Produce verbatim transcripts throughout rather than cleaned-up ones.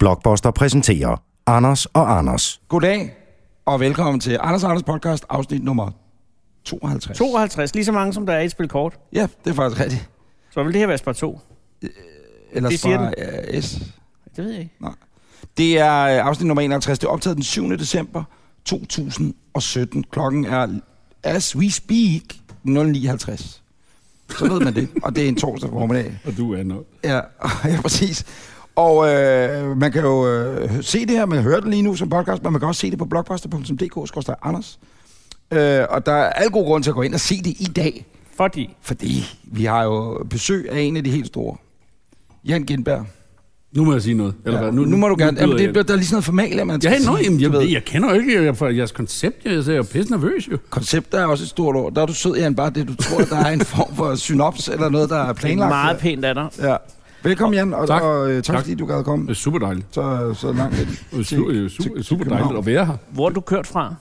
Blockbuster præsenterer Anders og Anders. Goddag, og velkommen til Anders og Anders podcast, afsnit nummer tooghalvtreds. tooghalvtreds, lige så mange som der er i et spil kort. Ja, det er faktisk rigtigt. Så vil det her være spar to? Eller det siger spar uh, S. Det ved jeg ikke. Nej. Det er afsnit nummer enoghalvtreds. Det er optaget den syvende december to tusind og sytten. Klokken er, as we speak, nul ni halvtreds. Så ved man det. Og det er en torsdag formiddag. Og du er noget. Ja, ja, præcis. Og øh, man kan jo øh, se det her, man kan høre det lige nu som podcast, men man kan også se det på blockbuster punktum d k skråstreg Anders. Øh, og der er al god grund til at gå ind og se det i dag. Fordi? Fordi vi har jo besøg af en af de helt store. Jan Gintberg. Nu må jeg sige noget. Eller Ja, hvad? nu, nu må du gerne. Jamen, jeg... det, der er lige sådan noget formalia, man skal Ja, nå, jamen, jeg, ved. jeg kender jo ikke for jeres koncept. Jeg er jo pisse nervøs, jo. Koncept er også et stort ord. Der er du sød, Jan, bare det, du tror, der er en form for synops eller noget, der er planlagt. Meget pænt af dig. Ja. Velkommen, Jan, og, tak. og, og tak, tak fordi du gad komme. Det er super dejligt. Så, så langt ind. Det er super, super, super dejligt at være her. Hvor er du kørt fra?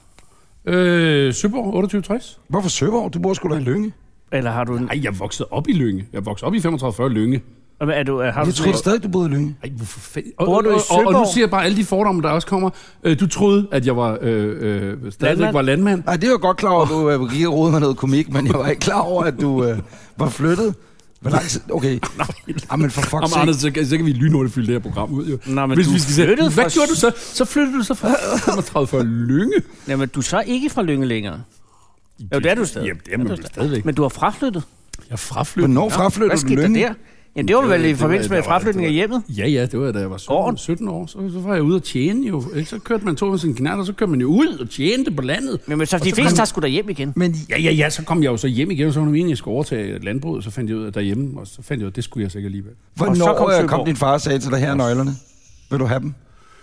Øh, Søborg, otteogtyve tres. Hvorfor Søborg? Du bor sgu da i Lynge. Eller har du en... Nej, jeg voksede op i Lynge. Jeg voksede op i femogtredive fyrre Lynge. Er du, har Jeg du troede stadig, du boede i Lynge. Ej, hvorfor fanden? Og, Bor du i og, og, og nu Søborg? siger jeg bare alle de fordomme, der også kommer. Øh, du troede, at jeg var øh, øh, stadigvæk Landmand? var landmand. Nej, det var godt klar over, at du øh, gik og rode med noget komik, men jeg var ikke klar over, at du øh, var flyttet. Hvor lang tid? Okay. Ah, men for fuck's Jamen, sake. Anders, så, kan- så kan vi lynhurtigt fylde det her program ud, jo. Nå, men Hvis du vi skal se, flyttede hvad fra- gjorde du så? Så flyttede du så fra femogtredive fyrre Lynge. Jamen, du er så ikke fra Lynge længere. Jo, det er du stadig. Jamen, det er man du vel stadigvæk. Men du har fraflyttet. Jeg er fraflyttet. Hvornår fraflyttede Hvad du skete der Lynge? der? Jamen, det var Det vel var- i det var- forbindelse med det var- fraflytning af det hjemmet? Ja, ja, det var da jeg var Gården? sytten, sytten år. Så, så var jeg ude at tjene jo. Ikke? Så kørte man tog med sin knald, og så kørte man jo ud og tjente på landet. Men, men så Og de så fleste kom- tager sgu da hjem igen. Men Ja, ja, ja, så kom jeg jo så hjem igen, og så var det meningen, at jeg skulle overtage landbruget. Så fandt jeg ud af derhjemme, og så fandt jeg ud af, at det skulle jeg sikkert alligevel. Og så hvornår kom kom, Søborg. kom din far og sagde til dig, her er nøglerne? Vil du have dem?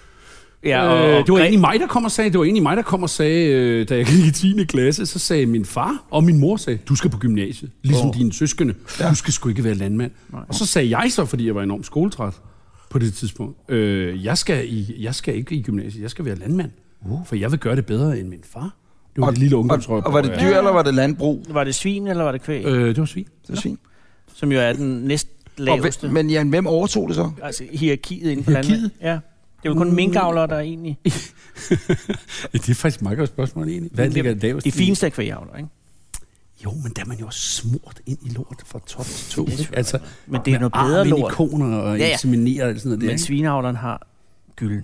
Ja, Øh, og, og det var Gre- egentlig mig, der kom og sagde, det var egentlig mig, der kom og sagde, øh, da jeg gik i tiende klasse, så sagde min far og min mor, sagde, du skal på gymnasiet, ligesom Åh. dine søskende. Ja. Du skal sgu ikke være landmand. Nej. Og så sagde jeg så, fordi jeg var enormt skoletræt på det tidspunkt, øh, jeg, skal i, jeg skal ikke i gymnasiet, jeg skal være landmand, uh. for jeg vil gøre det bedre end min far. Det var Og- det lille Og, ungdomsrøg. og var det dyr, eller var det landbrug? Var det svin, eller var det kvæg? Øh, det var svin. Det er fint. Som jo er den næst Og laveste. hvem- Men Jan, hvem overtog det så? Altså hierarkiet inden for Hierarkiet? landet. Ja. Det er jo kun minkavlere, der er egentlig... Ja, det er faktisk et meget godt spørgsmål egentlig. Hvad ligger der De fineste af kvægavlere, ikke? Jo, men der er man jo også smurt ind i lort fra top til to. Det er Ikke? Altså, Men det er noget med bedre armen i lort. ikoner og Ja, ja. inseminere og sådan noget. Der, Men ikke? svineavleren har gylden.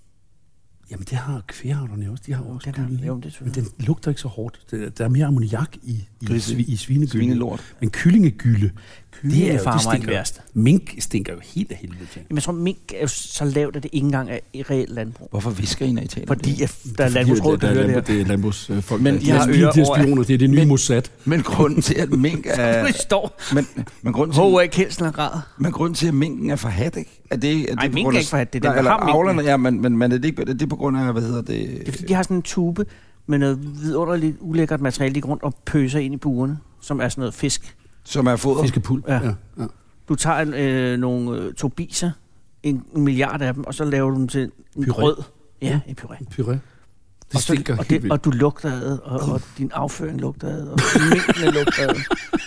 Jamen, det har kvægavlerne også. De har også Den har- gylden. jo, det tror Men jeg. den lugter ikke så hårdt. Det- Der er mere ammoniak i, i, Grise. svi, i svinegylde. Svinelort. Men kyllingegylde, det er jo, farmer det er den stinker. værste. Mink stinker jo helt af helvede til. Jamen, jeg tror, mink er jo så lavt, at det ikke engang er i reelt landbrug. Hvorfor visker I, når I taler? Fordi at der er Fordi, landbrugsråd, der der er hører det landbrug- her. Det er landbrugsfolk. Men der- de har de ører er over- spioner. Det er det nye Men- Mossad. Men grunden til, at mink er... Vi står. men, men grunden til, H A. Kelsner grad. men grunden til, at minken er for hat, ikke? Er det, er det Nej, på mink grund er af- ikke for hat, det er dem, Nej, der eller har minkene. avlerne, ja, men, men, men er det ikke er det på grund af, hvad hedder det? Det er fordi, de har sådan en tube med noget vidunderligt ulækkert materiale, de går rundt og pøser ind i burene, som er sådan noget fisk. Som er foder? Fiskepul. Ja. Ja. Ja. Du tager en, øh, nogle øh, tobiser, en, en milliard af dem, og så laver du dem til en Puré. grød. Ja, en puré. Puré. Det Og, så, stinker og, helt det, vildt. og du lugter af det, og, og din afføring lugter af det, og minkene lugter af det.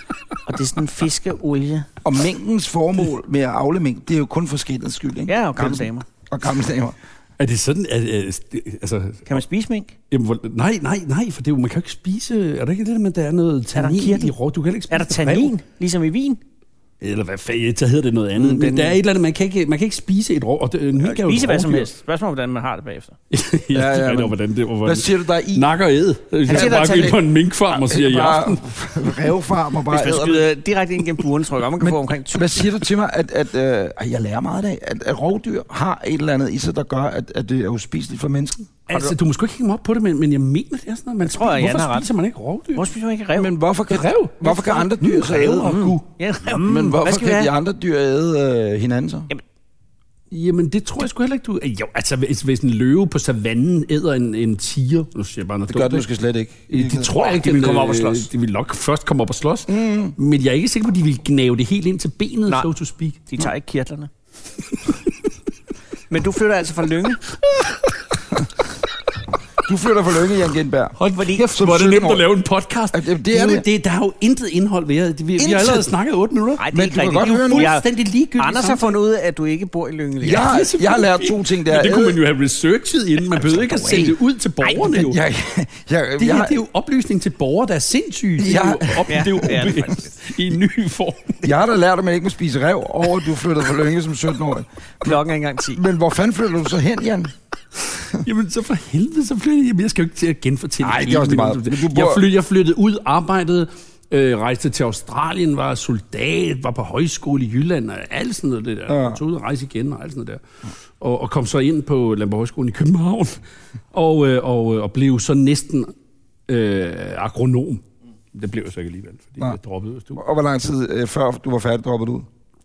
Og det er sådan en fiskeolie. Og minkens formål med at avle mink, det er jo kun for skindets skyld, ikke? Ja, og gamle Pelsen. damer. Og gamle damer. Er det sådan, at, at, altså... Kan man spise mink? Jamen, hvor, nej, nej, nej, for det er jo, man kan jo ikke spise... Er der ikke det der med, at der er noget Er der tannin kirtel? i rå? Du kan heller ikke spise Er der det tannin, rev. ligesom i vin? Eller hvad fanden, så hedder det noget andet. Mm, Mm, Men den- der er et eller andet, man kan ikke, man kan ikke spise et rå... Og det, mink er jo et Spise hvad som rovdyr. helst. Spørgsmål, hvordan man har det bagefter. ja, Ja, ja, ja, men- men, hvordan det var. Hvad siger du, der er i? Nakker og æd. Jeg siger, siger der er bare gå ind tannin. på en minkfarm og siger i aften. Bare revfarm og bare Hvis man æder skyder direkte ind gennem buren, tror jeg godt, man kan Men- få omkring det. Hvad siger du til mig, at, at øh, ej, jeg lærer meget af, at, at rovdyr har et eller andet i sig, der gør, at, at det er uspiseligt for mennesket? Altså, du må sgu ikke hænge mig op på det, men, men jeg mener, det er sådan noget. Man tror, at Jan hvorfor har ret. spiser man ikke rovdyr? Hvor spiser man ikke rev? Men hvorfor kan, Rev? hvorfor kan andre dyr så æde? og gu. Ja, rev. Men Hvad hvorfor skal vi kan de have? andre dyr æde øh, hinanden så? Jamen, det tror jeg sgu heller ikke, du... Jo, altså, hvis, hvis en løve på savannen æder en, en tiger... Nu siger jeg bare noget Det gør dumt, det ikke? måske slet ikke. Det, det tror jeg ikke, de vil men, komme op og øh, slås. De vil nok først komme op og slås. Mm. Men jeg er ikke sikker på, at de vil gnave det helt ind til benet, Nej. so to speak. De tager ikke kirtlerne. Men du flytter altså fra Lynge. Du flytter for Lynge, Jan Gindberg. Hold fordi, kæft, som hvor er det nemt sytten-årig. at lave en podcast. Det, det Det er er jo, det. det, der er jo intet indhold ved det. Vi, vi har Intet. allerede snakket otte minutter. Nej, det Men er ikke du kan rigtigt. godt Det er høre jo nu. fuldstændig- Fuldstændig ligegyldigt. Anders har fundet ud af, at du ikke bor i Lyngge. Jeg har, jeg har lært to ting der. Men det kunne man jo have researchet inden. Man behøver ikke at sende det ud til borgerne jo. Jeg, jeg, jeg, Det jeg, her, det er jo oplysning til borgere, der er sindssyge. Det er Ja. jo, op, Ja, det er jo det er det OBS i en ny form. jeg har da lært, at man ikke må spise rev over, at du flyttede for Lynge som sytten-årig. Klokken er engang ti. Men hvor fanden flytter du så hen, Jan? Jamen, så for helvede, så flyttede jeg. Jamen, jeg skal jo ikke til at genfortælle. Nej, hele det er også min meget. uddannelse. Men du Jeg, bor- flyttede, jeg flyttede ud, arbejdede, øh, rejste til Australien, var soldat, var på højskole i Jylland, og alt sådan noget det der. Ja. Ja. Tog ud og rejse igen, og alt sådan noget der. Og, og kom så ind på Landborg Højskolen i København, og, øh, og, og blev så næsten øh, agronom. Det blev jeg så ikke alligevel, fordi Nej. jeg droppede ud af studiet. Og hvor lang tid øh, før du var færdig droppet ud?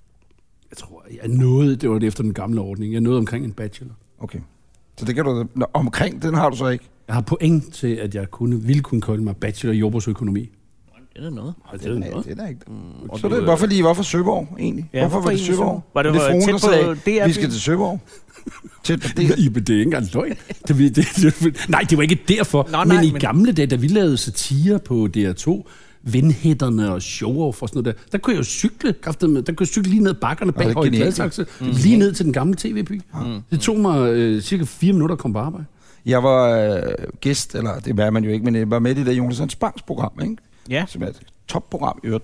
Jeg tror, jeg nåede, det var det efter den gamle ordning, jeg nåede omkring en bachelor. Okay. Så det kan du... Nå, omkring, den har du så ikke? Jeg har point til, at jeg kunne, ville kunne kolde mig bachelor i jordbrugsøkonomi. Det er noget. Og det er jo Nej, noget. det er da ikke. Og Så det det, var- hvorfor lige, hvorfor Søborg egentlig? Ja, hvorfor hvorfor var det egentlig Søborg? Søborg? Var det- det var fruen, tæt der på sagde, D R vi skal byen? til Søborg. Tæt på det. I, men det er ikke engang løgn. Det, det, det, nej, det var ikke derfor. Nå, Nå, nej, men i men- gamle dage, da vi lavede satire på D R to, Vindhætterne og show-off og sådan noget der, der kunne jeg jo cykle, kraftedeme. Der kunne jeg cykle lige ned ad bakkerne det er bag Høje genialt. Gladsaxe, mm. lige ned til den gamle tv-by. Mm. Det tog mig øh, cirka fire minutter at komme på arbejde. Jeg var øh, gæst, eller det var man jo ikke, men jeg var med i det der Jonas Hans Bangs program, ikke? Ja. Som er et topprogram i øvrigt.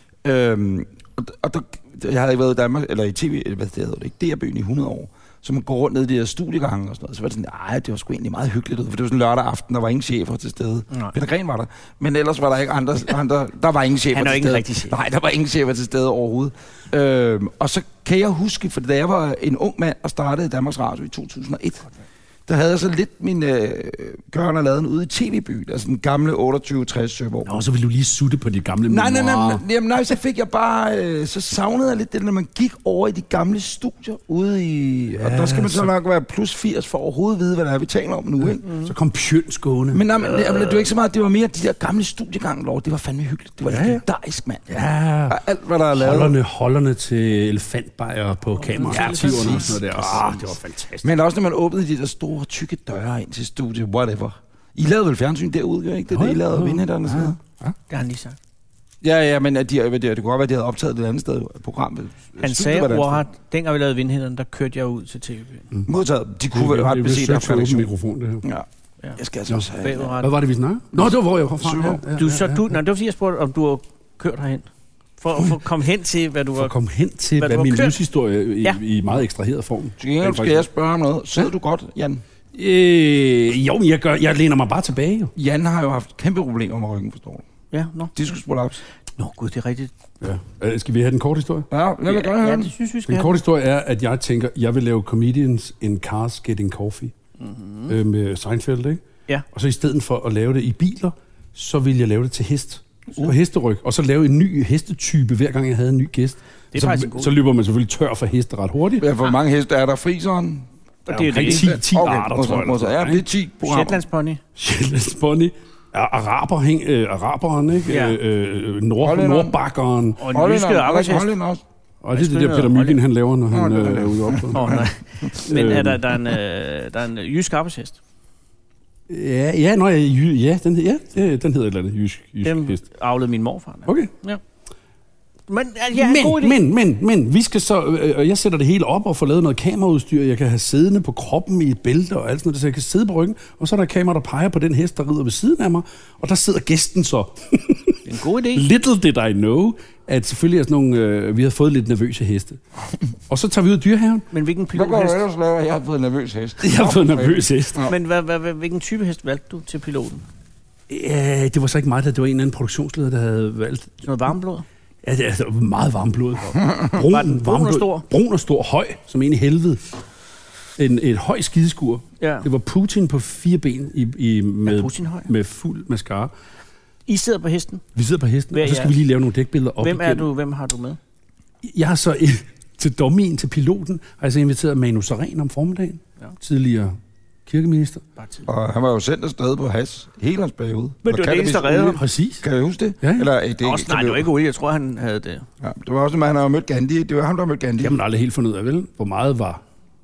Øhm, og, og der, jeg havde ikke været i Danmark, eller i tv, eller hvad det hedder det ikke, D R-byen i hundrede år. Så man går rundt ned i de her studiegange og sådan noget. Så var det sådan, nej, det var sgu egentlig meget hyggeligt ud, for det var sådan lørdag aften, der var ingen chefer til stede. Nej. Peter Gren var der, men ellers var der ikke andre, andre der var ingen chefer Han er jo til ikke en stede. rigtig chef. Nej, der var ingen chefer til stede overhovedet. Øhm, og så kan jeg huske, for da jeg var en ung mand og startede i Danmarks Radio i to tusind og et, der havde jeg så lidt min øh, gørn og laden ude i tv-byen, altså den gamle otteogtyve tres Søborg. Nå, så ville du lige sutte på de gamle Nej, nej, nej, memoirer. nej, jamen, nej, så fik jeg bare, øh, så savnede jeg lidt det, når man gik over i de gamle studier ude i, ja, og der skal man så, så- nok være plus firs for overhovedet at vide, hvad det er, vi taler om nu, ikke? Så kom Pjøns gående. Men nej, men, det, det var ikke så meget, det var mere de der gamle studiegange, lov. Det var fandme hyggeligt. Det var Ja, ja. legendarisk, mand. Ja, Og alt, hvad der er lavet. holderne, holderne til elefantbajer på kamerastativerne Ja, og sådan noget der. præcis. Ah, det var fantastisk. Men også når man åbnede de der store, tykke døre ind til studiet, whatever. I lavede vel fjernsyn derude, gør I ikke? Det er Jo, det, I lavede jo. Vindhætterne og sådan noget. Det har han lige sagt. Ja, ja, men at de, det, det kunne godt være, at de havde optaget det andet sted, programmet. Han sagde ordret, dengang vi lavede Vindhætterne, der kørte jeg ud til tv-byen. Modtaget. De kunne vel ret beset have have redaktion. mikrofon, det her. Ja. Ja. Jeg skal altså også have... Bagudrettet. Hvad var det, vi snakkede? Nå, det var, hvor jeg kom fra. Søborg. Ja, ja, Du, ja, så ja. du, nej, det var fordi, jeg spurgte, om du har kørt herhen. For at for at komme hen til, hvad du For var... at komme hen til, Hvad hvad, du har min kørt. livshistorie i, Ja. i meget ekstraheret form. Til gengæld skal jeg spørge om noget. Sidder du godt, Jan? Øh, jo, men jeg, gør, jeg læner mig bare tilbage, jo. Jan har jo haft kæmpe problemer med ryggen, forstår du. Ja, nå. Diskusprolaps. Nå, gud, det er rigtigt. Ja. Øh, skal vi have den korte historie? Ja, jeg vil gerne høre Ja, den. det synes vi skal Den have. korte historie er, at jeg tænker, jeg vil lave comedians in cars getting coffee mm-hmm. øh, med Seinfeld, ikke? Ja. Og så i stedet for at lave det i biler, så vil jeg lave det til hest. Uh. På hesteryg. Og så lave en ny hestetype, hver gang jeg havde en ny gæst. Det er så, faktisk en god så løber man selvfølgelig tør for heste ret hurtigt. Ja, hvor mange heste er der? Friseren? Og det er jo omkring det. ti, ti Okay, arter, modtaget, tror jeg. modtaget. Ja, det er ti programmer. Shetlands pony. Shetlands pony. Araber, hæng, øh, araberen, ikke? Ja. Ja. Øh, øh, nord, Hollænderen. nordbakkeren. Og en Hollænder, jyske ikke? arbejdshest. Hollænder også. Og det er det spiller der Peter noget Myggen, han laver, når han Nå, det er øh, det. er ude op. Åh, nej. Men Øhm. er der, der, er en, øh, der er en øh, jysk arbejdshest? Ja, ja, nå, ja, jy- ja, den, ja, det- den hedder et eller andet jysk, jysk Dem hest. avlede min morfar. Der. Okay. Men ja, en god idé. Men, men, men, men, vi skal så, øh, jeg sætter det hele op og får lavet noget kameraudstyr. Jeg kan have siddende på kroppen i et bælte og alt sådan noget, så jeg kan sidde på ryggen. Og så er der et kamera, der peger på den hest, der rider ved siden af mig. Og der sidder gæsten så. Det er en god idé. Little did I know, at selvfølgelig er sådan nogle, øh, vi har fået lidt nervøse heste. Og så tager vi ud af dyrehaven. Men hvilken Hvad går du pilothest? ellers lave? Jeg har fået en nervøs hest. Jeg har fået en nervøs hest. Men hvad, hvad, hvad, hvilken type hest valgte du til piloten? Ja, det var så ikke mig, der det var en eller anden produktionsleder, der havde valgt. Sådan noget varmblod? Ja, det er meget varmblod. Brun, Var den brun og stor? Brun og stor, høj, som en i helvede. En, et høj skideskur. Ja. Det var Putin på fire ben i, i, med, Er Putin høj? med fuld mascara. I sidder på hesten. Vi sidder på hesten, Hvem og så skal er- vi lige lave nogle dækbilleder op Hvem er igennem. du? Hvem har du med? Jeg har så til dommien, til piloten, har jeg så inviteret Manu Sareen om formiddagen. Ja. Tidligere kirkeminister. Bare til. Og han var jo sendt afsted på has hele hans periode. Men det var det eneste, der reddede ham. Præcis. Kan du huske det? Ja, ja. Eller, øh, det, Også, nej, det var ikke olie. Jeg tror, han havde det. Ja, det var også, at han havde mødt Gandhi. Det var ham, der mødte Gandhi. Det har man aldrig helt fundet ud af, vel? Hvor meget var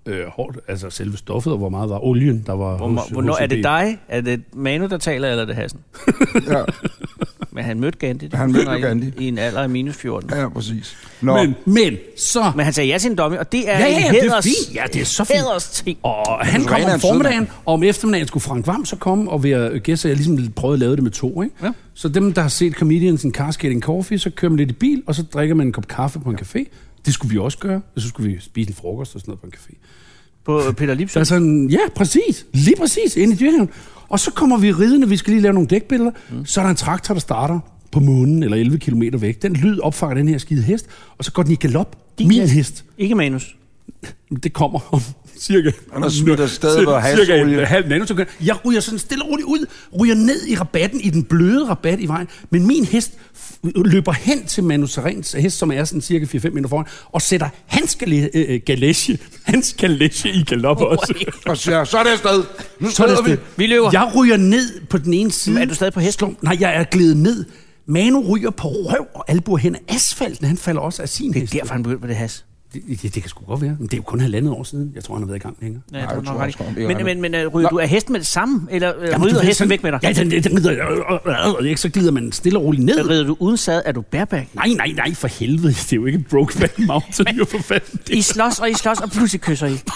øh, hårdt, altså selve stoffet, og hvor meget var olien, der var Hvor, hos, hvornår hos er det dig? Er det Manu, der taler, eller er det Hassan? Ja, Men han mødte Gandhi. Han mødte Gandhi. I en alder af minus fjorten. ja, præcis. Nå, Men, men, så... Men han sagde ja til en dummy, og det er Ja, ja, en det er hæders, fint. Ja, det er så fint. hæders ting. Og han Du kom regner om en sød formiddagen, og om eftermiddagen skulle Frank Hvam så komme, og ved at gæste, jeg ligesom prøvede at lave det med to, ikke? Ja. Så dem, der har set Comedians in Cars Getting Coffee, så kører man lidt i bil, og så drikker man en kop kaffe på en café. Det skulle vi også gøre, og så skulle vi spise en frokost og sådan noget på en café. På Peter Der er Lipsø. sådan, ja, præcis, lige præcis, inde i Dyrehaven. Og så kommer vi ridende, vi skal lige lave nogle dækbilleder, mm. så er der en traktor, der starter på månen, eller elleve kilometer væk. Den lyd opfanger den her skide hest, og så går den i galop. Din Min hest. hest. Ikke Manus. Det kommer om cirka... Og der smitter stadig på cirka halsolie. en halv nanosekund. Jeg ryger sådan stille og roligt ud, ryger ned i rabatten, i den bløde rabat i vejen, men min hest f- løber hen til Manu Saréns hest, som er sådan cirka fire fem meter foran, og sætter hans gale- øh, galesje, hans galesje i galop også. Og så, så er det afsted. Nu Så er det skrider vi. afsted. Vi løber. Jeg ryger ned på den ene side. Men er du stadig på hesten? Slå- Nej, jeg er glædet ned. Manu ryger på røv og albuer hen af asfalten. Han falder også af sin Det er hest. derfor, han begyndte på det has. Det, det, det kan sgu godt være. Men det er jo kun halvandet år siden. Jeg tror, han har været i gang længere. Ja, Nej, det jeg var tror nok også, ret. det er Men, ret. men, men øh, ryger du af hesten med det samme, eller øh, Jamen, rydder du ved, hesten sådan- væk med dig? Ja, den, den, den rider, øh, øh, øh, så glider man stille og roligt ned. Rider du uden sad? Er du bareback? Nej, nej, nej, for helvede. Det er jo ikke Brokeback Mountain, jo for fanden. I slås, og I slås, og pludselig kysser I.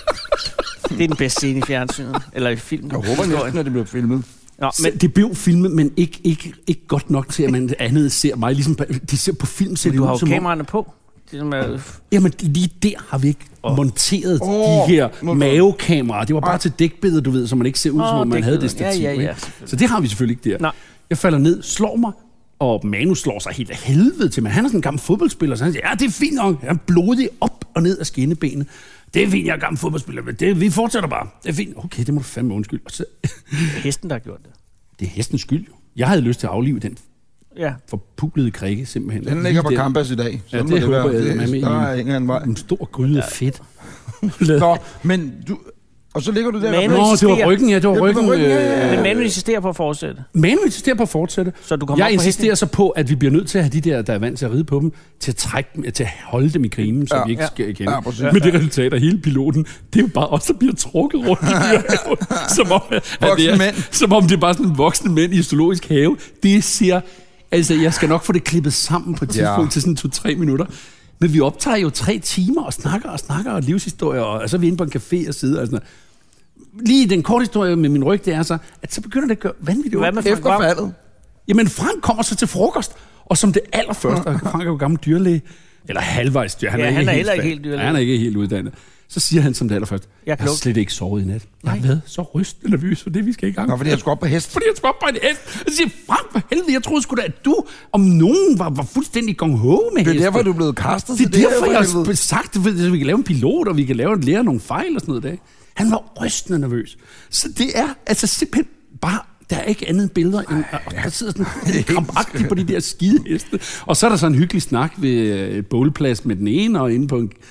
Det er den bedste scene i fjernsynet, eller i filmen. Jeg håber næsten, at det bliver filmet. Nå, Men men det blev filmet, men ikke, ikke, ikke godt nok til, at man andet ser mig. Ligesom, på- de ser på film, ser det du ud har jo som om... kameraerne på. Det er som, er, Jamen, lige der har vi ikke oh. monteret oh. Åh, de her nu- mavekameraer. Det var bare til dækbilleder, du ved, så man ikke ser ud, Åh, som om man havde det dækbilleder. stativ. Ja, ja, ja, ikke? selvfølgelig. Så det har vi selvfølgelig ikke der. Nej. Jeg falder ned, slår mig, og Manu slår sig helt af helvede til mig. Han er sådan en gammel fodboldspiller, så han siger, ja, det er fint nok. Han er blodig op og ned af skinnebenet. Det er fint, jeg er gammel fodboldspiller, men det, vi fortsætter bare. Det er fint. Okay, det må du fandme undskylde. Og så, hesten, der har gjort det. det er hestens skyld jo. Jeg havde lyst til at aflive den Ja. forpulede krikke, simpelthen. Den ligger på Lige der. Campus i dag. Ja, Sådan det må håber være. jeg, at man er med Der er i. ingen anden vej. En stor gryde af fedt. Nå, men du... Og så ligger du der... Manu og- Nå, det var insisterer. ryggen, ja, det var Ja, det var ryggen. ryggen, ja, ja, ja. Men Manu insisterer på at fortsætte. Manu insisterer på at fortsætte. Så du kommer Jeg op på insisterer hesten? så på, at vi bliver nødt til at have de der, der er vant til at ride på dem, til at trække dem, til at holde dem i krimen, så Ja, vi ikke ja. skal kende. Ja, præcis. Men det resultat af hele piloten, det er jo bare os, der bliver trukket rundt i de her have, som om, at det Voksne er, mænd. som om det er bare sådan voksne mænd i zoologisk have. Det siger, altså jeg skal nok få det klippet sammen på et tidspunkt Ja. til sådan to-tre minutter. Men vi optager jo tre timer og snakker og snakker og livshistorier, og så er vi inde på en café og sidder og sådan noget. Lige den korte historie med min ryg, det er så, at så begynder det at gøre vanvittigt Hvad ondt. med Frank Efter Hvam? faldet. Jamen, Frank kommer så til frokost, og som det allerførste, og Frank er jo gammel dyrlæge, eller halvvejs dyr, han Ja, er, han ikke er helt heller ikke færdig. helt dyrlæge. Ja, han er ikke helt uddannet. Så siger han som det allerførste, Jeg er jeg har klog. slet ikke sovet i nat. Jeg har Nej. været så rystende nervøs for det, vi skal i gang. Nå, fordi jeg skulle op på hest. Fordi jeg skulle op på en hest. Jeg siger, Frank, for helvede, jeg troede sgu da, at du om nogen var, var fuldstændig gong-ho med Det er hesten. derfor, du er blevet castet Det er til derfor, her, jeg for helvede. har sagt, at vi kan lave en pilot, og vi kan lave, lære nogle fejl og sådan noget der. Han var rystende nervøs. Så det er altså simpelthen bare, der er ikke andet end billeder, end, og der sidder sådan helt krampagtigt på de der skide heste. Og så er der så en hyggelig snak ved et bålplads med den ene, og inde på en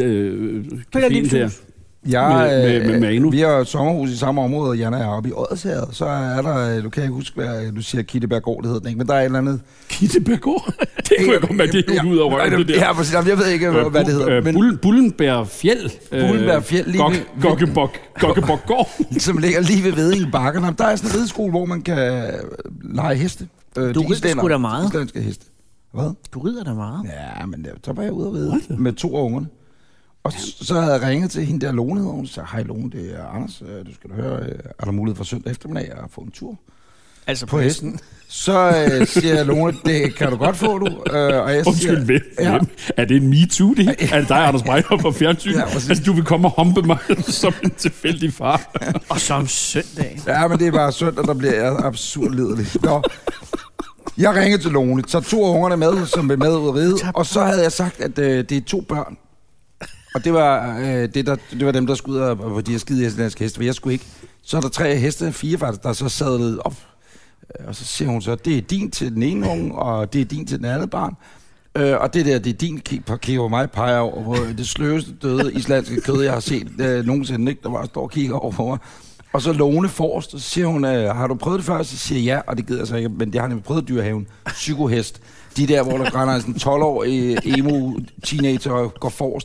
øh, Peter caféen Lipshus. der. Jeg, med- med- med Manu. Vi har jo et sommerhus i samme område, og Jan er oppe i Odsherred. Så er der, du kan ikke huske, hvad du siger, Kitteberggård, det hedder den ikke, men der er et eller andet... Kittebærgård. Det kunne jeg godt med, det er ud af røven, det der. Ja, præcis. Jamen, jeg ved ikke, hvad, hvad det hedder. Men Bullen, Bullenbær Fjeld. Bullenbær Fjeld, lige ved- Gokkebok. Gokkebok Gård. som ligger lige ved Veding Bakken. Der er sådan en rideskole, hvor man kan lege heste. Øh, Du de rider islænder- sgu da meget. Islandske heste. Hvad? Du rider da meget. Ja, men der- så var jeg ude og ride med to af ungerne. Og så, så havde jeg ringet til hende der Lone, og hun sagde, hej Lone, det er Anders, øh, du skal da høre, øh, er der mulighed for søndag eftermiddag at få en tur Altså på hesten? Så øh, siger jeg, Lone, det kan du godt få, du. Øh, og jeg Undskyld, hvem? ja, Hvem? Er det en MeToo, det? Er det dig, Anders Breinholt på fjernsyn? Ja, præcis. Altså, du vil komme og humpe mig som en tilfældig far. Og som søndag. ja, men det er bare søndag, der bliver jeg absurd lidelig. Nå. Jeg ringede til Lone, så to af ungerne med, som vil med ud at ride, og så havde jeg sagt, at øh, det er to børn. Og det var, øh, det, der, det var dem, der skulle ud og hvor de har skide islandske heste, for jeg skulle ikke. Så er der tre heste, fire faktisk, der er så sadlet op. Og så siger hun så, det er din til den ene unge, og det er din til den anden barn. Øh, og det der, det er din kigger over mig, peger over hvor det sløveste døde islandske kød, jeg har set øh, nogensinde, ikke? Der bare står og kigger over på mig. Og så Lone forrest, og så siger hun, øh, har du prøvet det før? Så siger jeg ja, og det gider jeg så ikke, men det har nemlig prøvet i Dyrehaven. Psykohest. De der, hvor der grænder sådan tolv år i emo teenager og går forrest.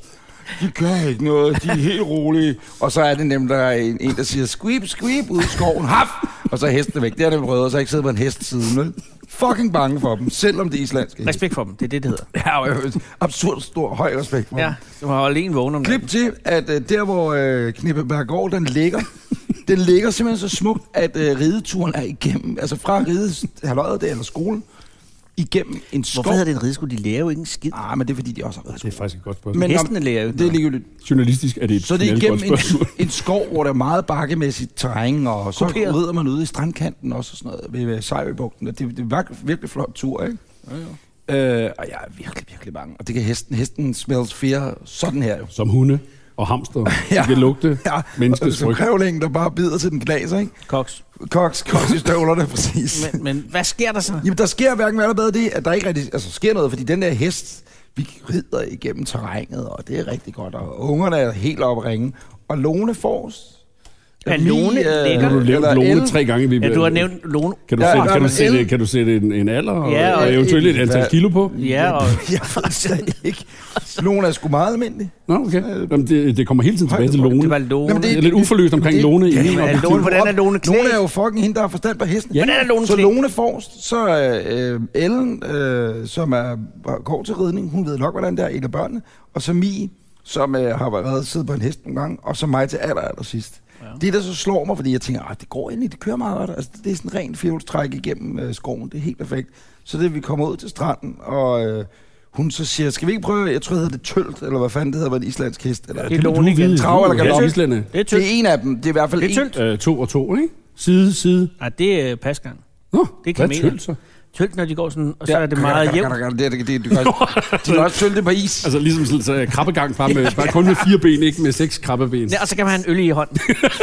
de gør ikke noget, de er helt rolige. Og så er det nemt, der er en, en der siger, squeep, squeep, ud i skoven, haf! Og så er hesten væk. Det er dem røde, og så har jeg ikke siddet på en hest siden, vel? Fucking bange for dem, selvom det er islandske. Respekt for dem, det er det, det hedder. Ja, og absurd stor, høj respekt for Ja, dem. du har holdt en vågen om Klip til, at uh, der hvor uh, Knippeberggård, den ligger, den ligger simpelthen så smukt, at uh, rideturen er igennem, altså fra ridehaløjet der, eller skolen, igennem en skov. Hvorfor hedder det en rideskole? De lærer jo ikke en skid. Ah, men det er fordi, de også har Det været er faktisk et godt spørgsmål. Men Hestene lærer jo ikke det er noget. ligegyldigt. Journalistisk er det et Så det er knaldgodt igennem en, spørgsmål. en skov, hvor der er meget bakkemæssigt terræn, og så Kuperet. rider man ude i strandkanten også, og sådan noget, ved, ved Sejøbugten. Det, det var virkelig flot tur, ikke? Ja, ja. Øh, og jeg er virkelig, virkelig bange. Og det kan hesten. Hesten smells fear sådan her jo. Som hunde og hamster. Ja. De kan lugte Ja, menneskets som frygt. krævlingen, der bare bider til den knaser, ikke? Koks. Koks, koks i støvlerne, præcis. Men, men hvad sker der så? Jamen, der sker hverken hvad der bedre det, at der ikke rigtig altså, sker noget, fordi den der hest, vi rider igennem terrænet, og det er rigtig godt, og ungerne er helt oppe at ringe. Og Lone Forrest. Er Lone lækker? Nu har du nævnt eller Lone Ellen. tre gange. Vi Ja, du har nævnt Lone. Kan du, Ja, sætte, ja, kan, du men sætte, Ellen- kan du sætte en, en alder og, Ja, og, og- eventuelt et antal Ja. kilo på? Ja, og Jeg ved det ikke. Lone er sgu meget almindelig. Nå, okay. Jamen, det, det kommer hele tiden tilbage til Højt- Lone. det var Lone. Jamen, Jeg er lidt uforløst omkring det- Lone i ja, min men er optik. Lone, hvordan er Lone klædt? Lone er jo fucking hende, der har forstand på hesten. Hvordan er Lone Så klædt? Lone Forrest, så øh, Ellen, øh, som er, går til ridning, hun ved nok, hvordan det er, en af børnene. Og så Mie, som øh, har været siddet på en hest nogle gange. Og så mig til aller, aller sidst. Ja. Det, der så slår mig, fordi jeg tænker, at det går egentlig, det kører meget godt. Altså, det er sådan en ren firehjulstræk igennem øh, skoven. Det er helt perfekt. Så det, vi kommer ud til stranden, og øh, hun så siger, skal vi ikke prøve, jeg tror, det hedder det tølt, eller hvad fanden det hedder, var en islandsk hest. Eller, Det Det er vil Lone du vide. igen. Trav eller Ja, galop? Islande. Det er det tyndt. er en af dem. Det er i hvert fald Det er en. tyndt. Øh, to og to, ikke? Side, side. Nej, det er pasgang. Nå, Det hvad kan er mene. tølt så? Tyndt, når de går sådan, og så er det meget Det, jævnt. det, det, det, du kan også, de kan også tølte det på is. Altså ligesom sådan, så krabbegang bare, med, bare kun med fire ben, ikke med seks krabbeben. Ja, og så kan man have en øl i hånden.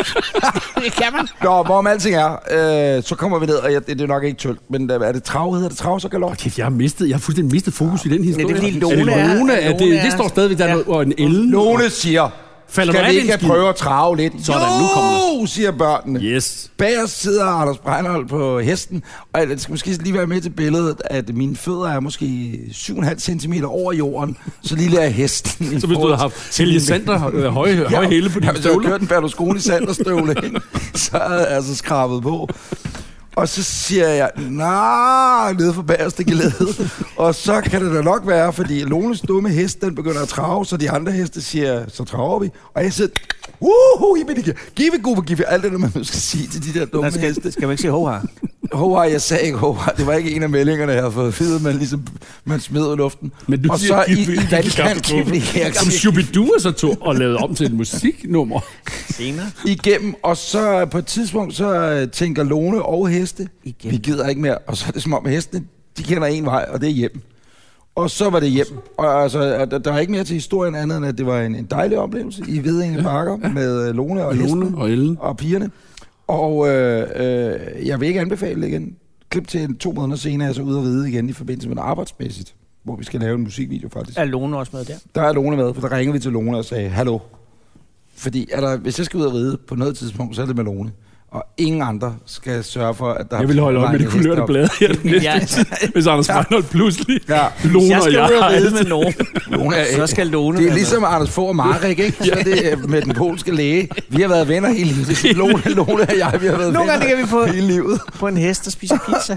Det kan man. Nå, hvorom alting er, øh, så kommer vi ned, og jeg, det, det er nok ikke tølt, men øh, er det trav, hedder det trav, så galop? Kæft, jeg har mistet, jeg har fuldstændig mistet fokus i den historie. det er fordi er Lone det er- Lone? Er, Lone det, er- det står stadigvæk der, Ja. ja. og en Ellen. Lone siger, Falder skal du vi af ikke den skid? prøve at trave lidt? Sådan, nu kommer Jo, siger børnene. Yes. Bag os sidder Anders Breinholt på hesten, og jeg skal måske lige være med til billedet, at mine fødder er måske syv komma fem centimeter over jorden, så lille er hesten. Så hvis du havde haft Helge Sander øh, høje, høje hæle på ja, dine hvis jeg havde støvler. kørt en Berlusconi Sander-støvle, ikke? Så havde jeg altså skrabet på. Og så siger jeg, nej, nede for bagerste gelede. Og så kan det da nok være, fordi Lones dumme hest, den begynder at trave, så de andre heste siger, så traver vi. Og jeg siger, wuhu, give it, give give alt det, man skal sige til de der dumme Der skal, heste. skal man ikke sige ho her? Håvard, jeg sagde ikke Håvard. Det var ikke en af meldingerne, jeg havde fået fedt, men ligesom man smed ud i luften. Men du og siger, så i, give- i give vandkanten kaffe. Som Shubidua så tog og lavede om til et musiknummer. Senere. igennem, og så på et tidspunkt, så øh, tænker Lone og heste, Igen. vi gider ikke mere. Og så er det som om, at hestene, de kender en vej, og det er hjem. Og så var det hjem. Og altså, der, der er ikke mere til historien andet, end at det var en, en dejlig oplevelse i Vedinge Parker ja, ja. med øh, Lone og Lone hestene og Ellen. og pigerne. Og øh, øh, jeg vil ikke anbefale det igen. Klip til to måneder senere, er jeg så ude og ride igen i forbindelse med noget arbejdsmæssigt, hvor vi skal lave en musikvideo faktisk. Er Lone også med der? Der er Lone med, for der ringede vi til Lone og sagde, hallo. Fordi er der, hvis jeg skal ud og ride på noget tidspunkt, så er det med Lone. Og ingen andre skal sørge for, at der Jeg vil holde op med det kulørte blade her den næste Ja. tid, hvis Anders Breinholt pludselig. Ja. Lone Jeg og skal jeg. ud og har ride med altid- nogen. Lone er, Så skal Lone det er være ligesom Anders Fogh og Marek, ikke? Så er det øh, med den polske læge. Vi har været venner hele livet. Lone, Lone og jeg, vi har været Nogle venner gange ligger vi på, hele livet. på en hest og spiser pizza.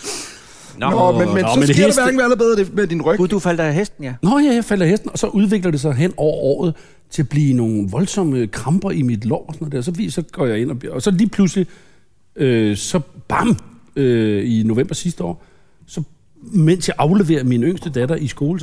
Nå, Nå, men, men Nå, så men det sker heste- der hverken hvad bedre det med din ryg. Gud, du faldt af hesten, ja. Nå ja, jeg falder af hesten, og så udvikler det sig hen over året til at blive nogle voldsomme kramper i mit lår og sådan noget der. Så, vi- så går jeg ind og, bliver- og så lige pludselig, øh, så bam, øh, i november sidste år, så mens jeg afleverer min yngste datter i skole, så,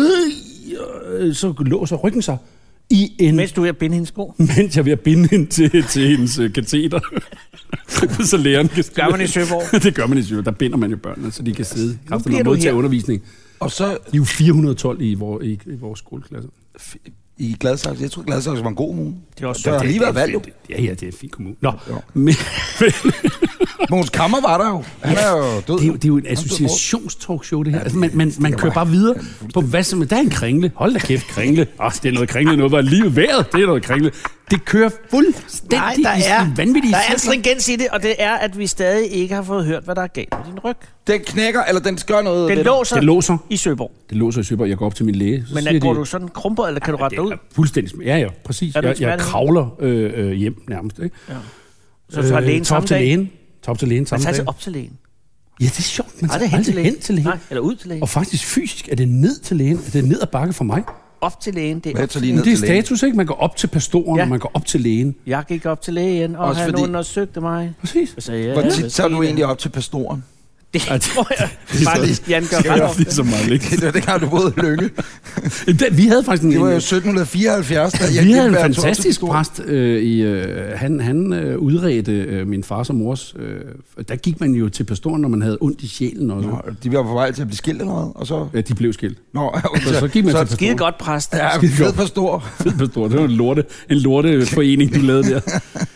øh, så låser ryggen sig i en... Mens du er ved at binde hendes sko. mens jeg er ved at binde hende til, til hendes øh, kateter. Så læreren kan Gør man i Søborg. Det gør man i Søborg. Der binder man jo børnene, så de kan sidde. Nu Efter bliver noget du modtage her. undervisning. Og så De er jo fire hundrede og tolv i, vor, i, i vores skoleklasse. i Gladsaxe. Jeg tror, Gladsaxe var en god kommune. Det er også Der har det- lige været valg, jo. Ja, ja, det er en fin kommune. Nå, Jo. men, Mogens Kammer var der jo. Han er jo død. det, er jo, det er jo en Han er død bort. associationstalkshow, det her. Altså, man man, man kører bare videre på hvad som... Der er en kringle. Hold da kæft, kringle. Åh, det er noget kringle, noget var livet værd. Det er noget kringle. Det kører fuldstændig Nej, der i er, sådan vanvittige der er en cirkler. stringens i det, og det er, at vi stadig ikke har fået hørt, hvad der er galt med din ryg. Den knækker, eller den gør noget. Den ved låser, Det låser. i Søborg. Det låser i Søborg. Jeg går op til min læge. Så Men siger er, går de, du sådan krumper, eller kan du rette dig ud? det er fuldstændig sm- Ja, ja, præcis. Er du Jeg, jeg smertet? kravler øh, øh, hjem nærmest. Ikke? Ja. Så du tager lægen tager samme op til dag? lægen. Tager op til lægen Man samme tager dag. altså op til lægen. Ja, det er sjovt. Man Nej, tager det er hen til aldrig lægen. hen til lægen. Nej, eller ud til lægen. Og faktisk fysisk er det ned til lægen. Det er ned ad bakke for mig. Op til lægen, det er Hvad op tager til lige lægen. ned Det er til lægen? status, ikke? Man går op til pastoren, Ja. og man går op til lægen. Jeg gik op til lægen, og Også han fordi- undersøgte mig. Præcis. Jeg sagde, ja, Hvor hvad tit tager sker du der? egentlig op til pastoren? Det tror jeg så- faktisk, Jan gør Det ret er ofte. så meget, ikke? Det var dengang, du boede i Lyngge. Det- Vi havde faktisk en, Det var jo en, sytten fireoghalvfjerds, da vi jeg havde en gik med fantastisk Torben præst. Øh, i, øh, han han øh, udredte øh, min fars og mors. Øh, der gik man jo til pastoren, når man havde ondt i sjælen. Og så. Nå, de var på vej til at blive skilt eller noget, og så... Ja, de blev skilt. Nå, okay. Så, så gik man Så- til pastoren. Skide godt, præst. Ja, Skide fed godt. pastor. Fed pastor. Det var en lorte, en lorte forening, du lavede der.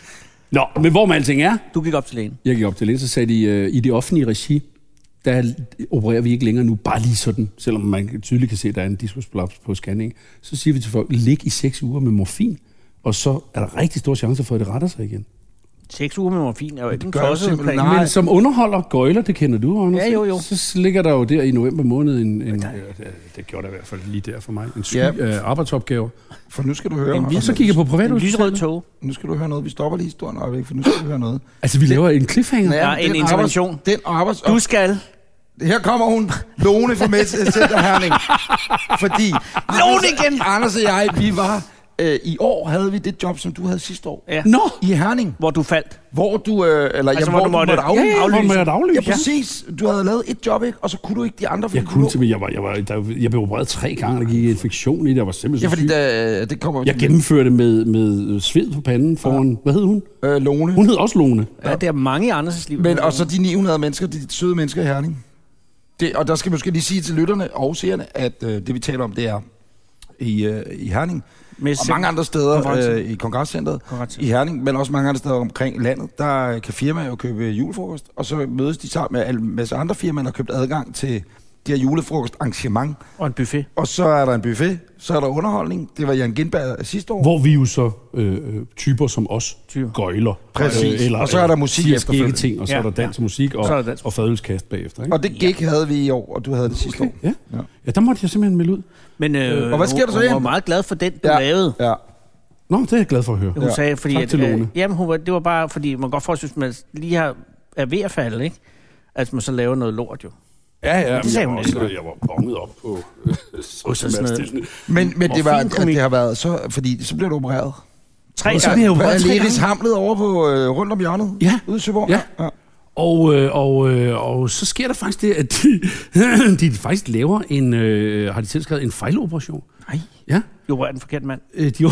Nå, men hvor man alting er, Du gik op til lægen. jeg gik op til lægen, så sagde de, øh, i det offentlige regi, der opererer vi ikke længere nu, bare lige sådan, selvom man tydeligt kan se, at der er en diskusprolaps på scanning. Så siger vi til folk, lig i seks uger med morfin, og så er der rigtig stor chance for, at det retter sig igen. Seks uger med morfin er jo ikke en gør jo tosset simpelthen- plan. Nej. Men som underholder gøjler, det kender du, Anders. Ja, jo, jo. Så ligger der jo der i november måned en, en ja, det, det gjorde der i hvert fald lige der for mig, en syg Ja. ja. arbejdsopgave. For nu skal du høre... En Og så gik jeg på En privathospitalet. lyserød tog. Nu skal du høre noget. Vi stopper lige historien et øjeblik, for nu skal du høre noget. Altså, vi laver en cliffhanger. Ja, en den intervention. Arbejds, den arbejds... Du skal. Her kommer hun, Lone fra Center Herning. Fordi... Lone igen! Anders og jeg, vi var... Øh, I år havde vi det job, som du havde sidste år. Ja. Nå! I Herning. Hvor du faldt. Hvor du... Øh, eller, Altså, jamen, hvor du måtte- af, Ja, ja, hvor må jeg aflyse? Ja, præcis. Du havde lavet et job, ikke? Og så kunne du ikke de andre, fordi Jeg du kunne lå- simpelthen, jeg, var, jeg, var, der, jeg blev opereret tre gange, der gik infektion i det, jeg var simpelthen Ja, så fordi syg. der, det kommer... Jeg gennemførte med, med sved på panden foran, ja. Hvad hed hun? Øh, Lone. Hun hed også Lone. Ja, det er mange i Anders' liv. Men, og så de ni hundrede mennesker, de søde mennesker i Herning. Det, og der skal man måske lige sige til lytterne og seerne, at øh, det vi taler om, det er i, øh, i Herning. Med Og mange andre steder Konference. øh, i Kongresscenteret Kongress. i Herning, men også mange andre steder omkring landet, der kan firmaer jo købe julefrokost, og så mødes de sammen med en masse andre firmaer, der har købt adgang til det her julefrokostarrangement. Og en buffet. Og så er der en buffet, så er der underholdning. Det var Jan Gindberg sidste år. Hvor vi jo så øh, øh, typer som os Typer. gøjler. Præcis. Og så er der musik siger efterfølgende. skægge ting, og så Ja, er der dans og musik, og, Så er der dans. og fadelskast bagefter. Ikke? Og det gik havde vi i år, og du havde det sidste år. Ja. Ja. ja, der måtte jeg simpelthen melde ud. Men øh, Og hvad sker der så hun, hun igen? var meget glad for den, du Ja. lavede. Ja. Nå, det er jeg glad for at høre. Hun Ja. sagde, fordi... Tak at, til øh, Lone. jamen, hun var, det var bare, fordi man godt forestille sig, at man lige har, er ved at falde, ikke? At man så laver noget lort, jo. Ja, ja, Det sagde jeg hun var, ikke. også, jeg var bonget op på øh, så, så sådan noget. Men, men det, var, at Morfinkomik. det har været så... Fordi så blev du opereret. Tre Og så gange. bliver jeg På opereret tre Aleris gange. Hamlet over på øh, rundt om hjørnet. Ja. Ude i Søborg. Ja. ja. Og, øh, og, øh, og så sker der faktisk det, at de, de faktisk laver en, øh, har de tilskrevet en fejloperation. Nej, Ja, jo, hvor er den forkerte mand. øh, de, de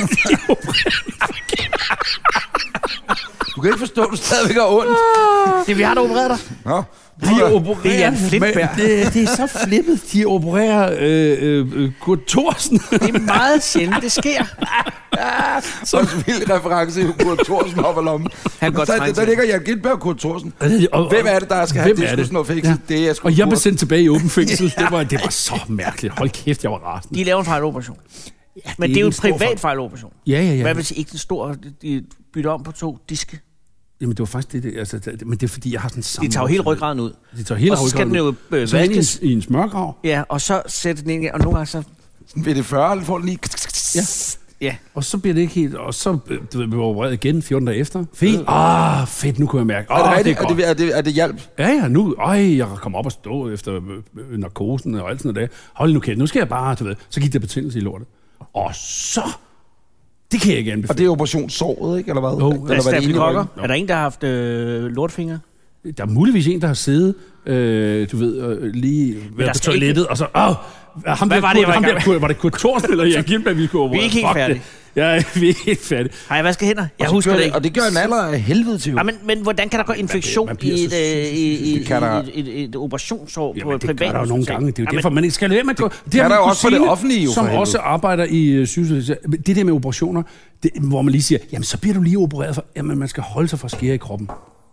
Du kan ikke forstå, at du stadigvæk har ondt. Det er vi har da opereret dig. Nå. De opererer, Det er Jan Flintberg. Men Det, det er så flippet. De opererer øh, øh, øh, Kurt Thorsen. Det er meget sjældent, det sker. Så en vild reference i Kurt Thorsen op ad lommen. Han kan godt der, trænge der til. ligger Jan Gindberg og Kurt Thorsen. Og- Hvem er det, der skal have hvem er diskus noget fængsel? Ja. Det er sgu Og jeg blev Kurt. sendt tilbage i åben fængsel. Det var, det var så mærkeligt. Hold kæft, jeg var rasende. De laver en fejloperation. Ja, Men det er jo ikke en en stor privat fejl. fejloperation. Ja, ja, ja. Hvad vil sige ikke en stor... De bytter om på to diske. Jamen, det var faktisk det. det altså, det men det er fordi, jeg har sådan samme... De tager jo hele ryggraden ud. De tager hele Og så skal den jo øh, så ind i vaskes. en, i en smørgrav. Ja, og så sætter den ind igen. Og nogle gange så... Ved det fyrre, eller får den lige... Ja. Ja, Og så bliver det ikke helt... Og så øh, du ved, bliver jeg opereret igen fjorten dage efter. Fint. Ah, fedt, nu kunne jeg mærke. Er det Ah, rigtigt? det er Er godt. det, er det, er det hjælp? Ja, ja, nu, øj, jeg kom op og stå efter øh, øh, narkosen og alt sådan noget der. Hold nu kæft, nu skal jeg bare, du ved. Så gik der betændelse i lortet. Og så, det kan jeg ikke anbefale. Og det er operationssåret, ikke? Eller hvad? Jo. Eller der er var det inde i stafylokokker. ryggen? Er der en, der har haft øh, lortfingre? Der er muligvis en, der har siddet, øh, du ved, øh, lige været der på skal toilettet, og så, åh, ham Hvad der, var det, jeg var i ham gang der, med? Kurt- var det Kurt Thorsen, eller Jan Gindberg, vi kunne operere? Vi er ikke helt Fuck færdige. det. Ja, vi er ikke helt færdige. Har jeg vasket hænder? Jeg Og så husker gør det ikke. Og det gør en alder af helvede til jo. Ja, men, men hvordan kan der gå infektion man bliver i et, så øh, i, i, Det kan der- i et, et, et operationssår på Jamen, et det privat gør der jo nogle hospital? gange. Det er jo Jamen, derfor, man ikke skal lade være med at gå. Det, er har der min jo også for det kusine, offentlige jo, for som helvede. også arbejder i øh, sygehuset. Det der med operationer, det, hvor man lige siger, jamen så bliver du lige opereret for, jamen man skal holde sig fra skære i kroppen.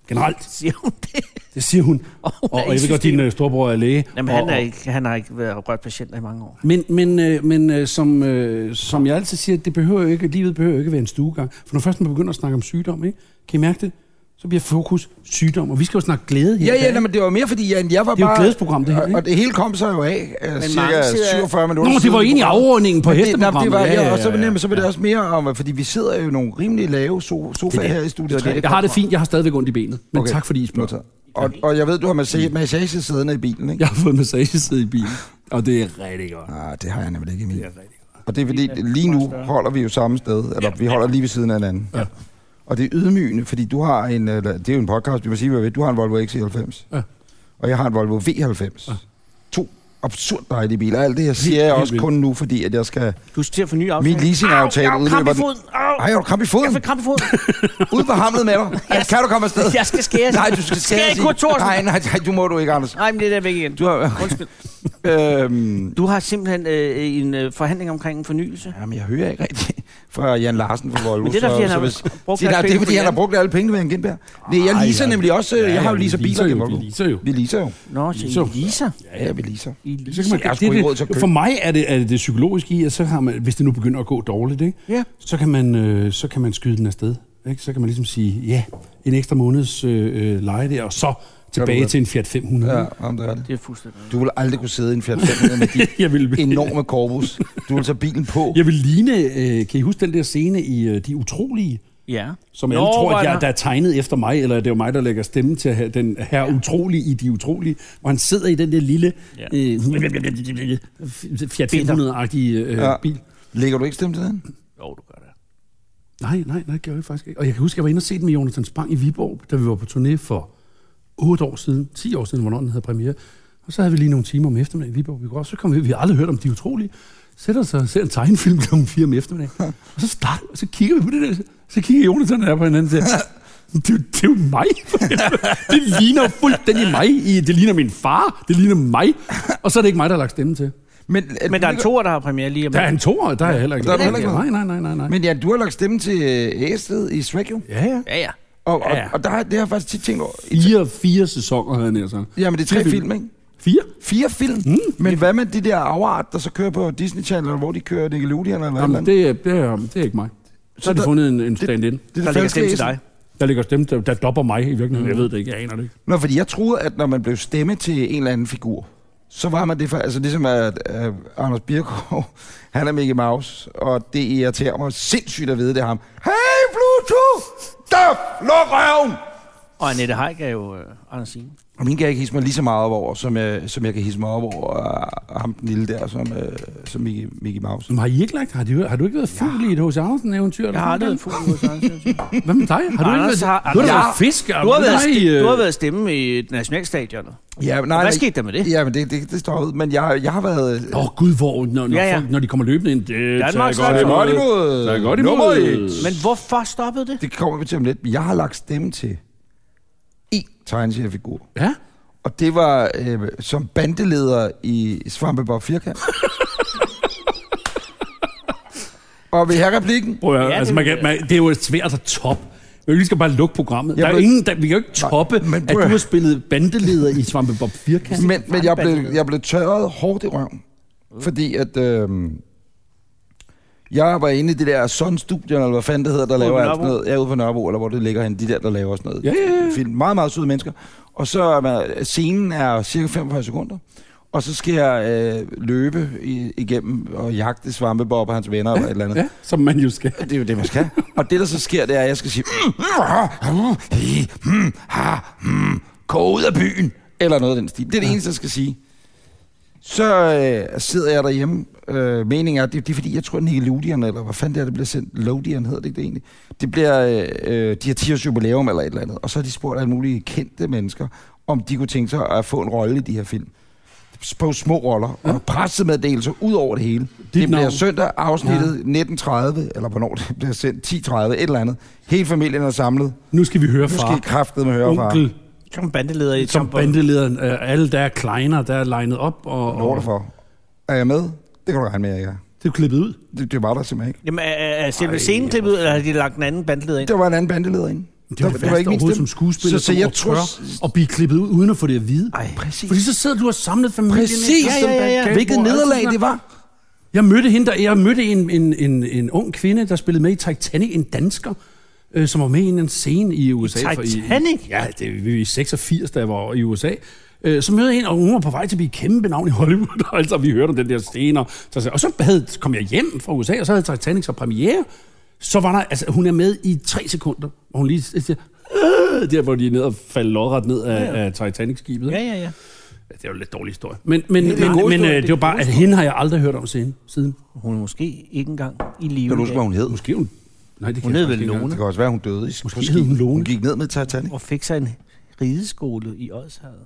Generelt. Siger hun det? Det siger hun. Oh, og, og jeg ved godt, din uh, storbror er læge. Jamen, og, han, er ikke, han har ikke været rørt patienter i mange år. Men, men, øh, men øh, som, øh, som jeg altid siger, det behøver jo ikke, livet behøver jo ikke at være en stuegang. For når først man begynder at snakke om sygdom, ikke? Kan I mærke det? Så bliver fokus sygdom, og vi skal jo snakke glæde her. Ja, ja, nej, men det var mere fordi, jeg, jeg var bare... Det er jo et glædesprogram, det her, ikke? Og det hele kom så jo af, uh, cirka syvogfyrre minutter. Nå, det var egentlig afrundingen på hesteprogrammet. Det var, ja, ja, ja, ja, og så, ja, ja. så var det også mere om, fordi vi sidder jo nogle rimelig lave so- sofaer her i studiet. Det, jeg har det fint, jeg har stadigvæk ondt i benet. Men okay. Tak fordi I spørger. Og, og jeg ved, du har massage, massage siddende i bilen, ikke? Jeg har fået massage i bilen, og det er rigtig godt. Nej, det har jeg nemlig ikke i min. Det er rigtig godt. Og det er fordi, lige nu holder vi jo samme sted, eller vi holder lige ved siden af hinanden. Ja. Og det er ydmygende, fordi du har en, det er jo en podcast, vi må sige, hvad ved, du har en Volvo X C halvfems, ja. Og jeg har en Volvo V halvfems. Ja. To absurd dejlige biler. Alt det, jeg siger jeg også kun nu, fordi at jeg skal... Du skal til at forny aftalen. Min leasingaftale udløber... Kramp i foden. Ej, har du kramp i foden? Jeg fik kramp i foden. Ud på hamlet med dig. Jeg kan du komme afsted? Jeg skal skæres. Nej, du skal skæres. Skal jeg ikke Kurt Nej, nej, nej, du må du ikke, Anders. Nej, men det er der væk igen. Du har... Undskyld. øhm... Du har simpelthen øh, en øh, forhandling omkring en fornyelse. Jamen, jeg hører ikke rigtigt fra Jan Larsen fra Volvo. Men det er der, fordi han har hvis... brugt det, der, det er, fordi han har brugt alle pengene ved en Gindberg. Nej, jeg leaser ja, nemlig også. Ja, jeg har jo leaser biler gennem Volvo. Vi leaser jo. Vi leaser jo. Nå, så I leaser? Ja, ja, vi leaser. I leaser. Så kan man, det, det, det, for mig er det, er det det psykologiske i, at så har man, hvis det nu begynder at gå dårligt, ikke? Ja. Så, kan man, øh, så kan man skyde den afsted. Ikke? Så kan man ligesom sige, ja, en ekstra måneds øh, leje der, og så tilbage til en Fiat fem hundrede. Ja, om det er det. Det er fuldstændig. Du vil aldrig kunne sidde i en Fiat fem hundrede med de vil, enorme korpus. Du vil tage bilen på. Jeg vil ligne, øh, kan I huske den der scene i øh, De Utrolige? Ja. Som alle tror, at jeg, der er tegnet efter mig, eller det er jo mig, der lægger stemme til have, den her ja. utrolige i De Utrolige, hvor han sidder i den der lille ja. øh, Fiat fem hundrede-agtige øh, ja. bil. Lægger du ikke stemme til den? Jo, du gør det. Nej, nej, nej, det gør jeg faktisk ikke. Og jeg kan huske, at jeg var inde og se den med Jonathan Spang i Viborg, da vi var på turné for otte år siden, ti år siden, hvornår den havde premiere. Og så havde vi lige nogle timer om eftermiddagen i Viborg. Vi går, så kom vi, vi har aldrig hørt om De Utrolige. Sætter sig og ser en tegnefilm klokken fire om eftermiddagen. Og så starter og så kigger vi på det der. Så kigger Jonathan der på hinanden og siger, det, det er jo mig. Det ligner fuldstændig mig. Det ligner min far. Det ligner mig. Og så er det ikke mig, der har lagt stemme til. Men, men der er en toer, der har premiere lige om. Der er en toer, der er jeg heller ikke. Der er heller ikke nej, nej, nej, nej, nej. Men ja, du har lagt stemme til Æsted i Shrek, jo. Ja, ja. Ja, ja. Og, og, ja, ja. og der har det har jeg faktisk tit tænkt over. Fire, fire sæsoner havde jeg nær så. Ja, men det er tre fire film, ikke? Fire? Fire film? Mm, men ja. Hvad med de der afart, der så kører på Disney Channel, eller hvor de kører Nickelodeon eller Jamen, noget? det er, det, er, det er ikke mig. Så, så har de der, fundet en, en stand-in. Det, det der ligger stemme til dig. Der ligger stemme, der, der dopper mig i virkeligheden. Mm. Jeg ved det ikke, jeg aner det ikke. Nå, fordi jeg troede, at når man blev stemme til en eller anden figur, så var man det for, altså ligesom at uh, Anders Birkov, han er Mickey Mouse, og det irriterer mig sindssygt at vide, det er ham. Hey, Pluto! Stop! Luk røven! Og Annette Haik er jo uh, Anders Signe. Og min kan jeg ikke hisse mig lige så meget op over, som jeg, som jeg kan hisse mig op over uh, ham den lille der, som, uh, som Mickey, Mickey Mouse. Men har I ikke lagt, har du, har du ikke været fugl ja. i et H C Andersen-eventyr? Jeg har aldrig været fugl i et H C Andersen-eventyr. Hvad med dig? Har du Anders, ikke været, har, du har ja. været fisk? Du har været, sti, du har været stemme i Nationalstadionet. Ja, nej, hvad skete der med det? Ja, men det, det, det står ud. Men jeg, jeg har været... Åh, oh, gud, hvor, når, når, ja, ja. folk, når de kommer løbende ind, det Danmark tager godt imod. Det er godt imod. Men hvorfor stoppede det? Det kommer vi til om lidt. Jeg har lagt stemme til én tegneseriefigur. Ja? Og det var øh, som bandeleder i Svampebob Firkant. Og vil have replikken? Prøv, ja, altså, man kan, man, det er jo svært at toppe. Vi skal bare lukke programmet. Der er jo ingen, der, vi kan jo ikke toppe, nej, at du har spillet bandeleder i Svampebob Firkant. Men, men jeg, blev, jeg blev tørret hårdt i røven. Mm. Fordi at... Øh, jeg var inde i det der Sun-studion, eller hvad fanden det hedder, der laver alt sådan noget. Ja, ude på Nørrebro, eller hvor det ligger henne. De der, der laver sådan noget. Ja, ja, ja. Film. Meget, meget søde mennesker. Og så er scenen er cirka femogfyrre sekunder. Og så skal jeg øh, løbe i, igennem og jagte Svampebob og hans venner, ja, eller et eller andet. Ja, som man jo skal. Det er jo det, man skal. Og det, der så sker, det er, at jeg skal sige... Gå ud af byen! Eller noget af den stil. Det er det eneste, jeg skal sige. Så øh, sidder jeg derhjemme. Øh, meningen er, det, det er fordi, jeg tror, Nickelodeon, eller hvad fanden det er, det bliver sendt? Lodian hedder det ikke det egentlig. Det bliver, øh, de har ti års jubilæum eller et eller andet. Og så har de spurgt alle mulige kendte mennesker, om de kunne tænke sig at få en rolle i de her film. På små roller, ja. Og pressemeddelelser ud over det hele. Dit det bliver navn. Søndag afsnittet ja. nitten tredive, eller hvornår det bliver sendt, ti tredive, et eller andet. Hele familien er samlet. Nu skal vi høre far. Nu skal I kraftedeme høre far. Onkel. Som bandeleder i Som bandelederen. Alle der er kleiner, der er legnet op. Og, og... for. Er jeg med? Det kan du regne med, jeg ikke er. Det er klippet ud. Det, det var der simpelthen ikke. Jamen, er, er selve scenen klippet ud, eller har de lagt en anden bandeleder ind? Der var en anden bandeleder ind. Det var det, det var ikke min overhovedet stemme. som skuespiller, Så- så som jeg at tror- tør at blive klippet ud, uden at få det at vide. Ej, Præcis. Fordi så sidder du og samlet familien. Præcis. ikke? Ja, ja, ja, ja. Hvilket nederlag det var. Jeg mødte hende der, jeg mødte en, en, en, en ung kvinde, der spillede med i Titanic, en dansker, øh, som var med i en scene i U S A. for Titanic? I, ja, det var i seksogfirs, da jeg var i U S A. Øh, så mødte jeg hende, og hun var på vej til at blive kæmpe navn i Hollywood. Altså, vi hørte om den der scene. Og så, og så havde, kom jeg hjem fra U S A, og så havde Titanic så premiere. Så var der, altså, hun er med i tre sekunder, og hun lige siger, øh, der hvor de er ned og falder lodret ned af, ja, ja. af Titanic-skibet. Ja, ja, ja. Det er jo en lidt dårlig historie. Men, men, Det er en men, god men historie. øh, det var bare, at hende har jeg aldrig hørt om siden. siden. Hun er måske ikke engang i live. Kan du huske, hvad hun hed? Måske hun... Nej, det kan Hun jeg hed faktisk vel ikke engang. Lone. Det kan også være, hun døde i Måske på hed hun skibet. Lone. Hun gik ned med Titanic. Og fik sig en rideskole i Odsherred.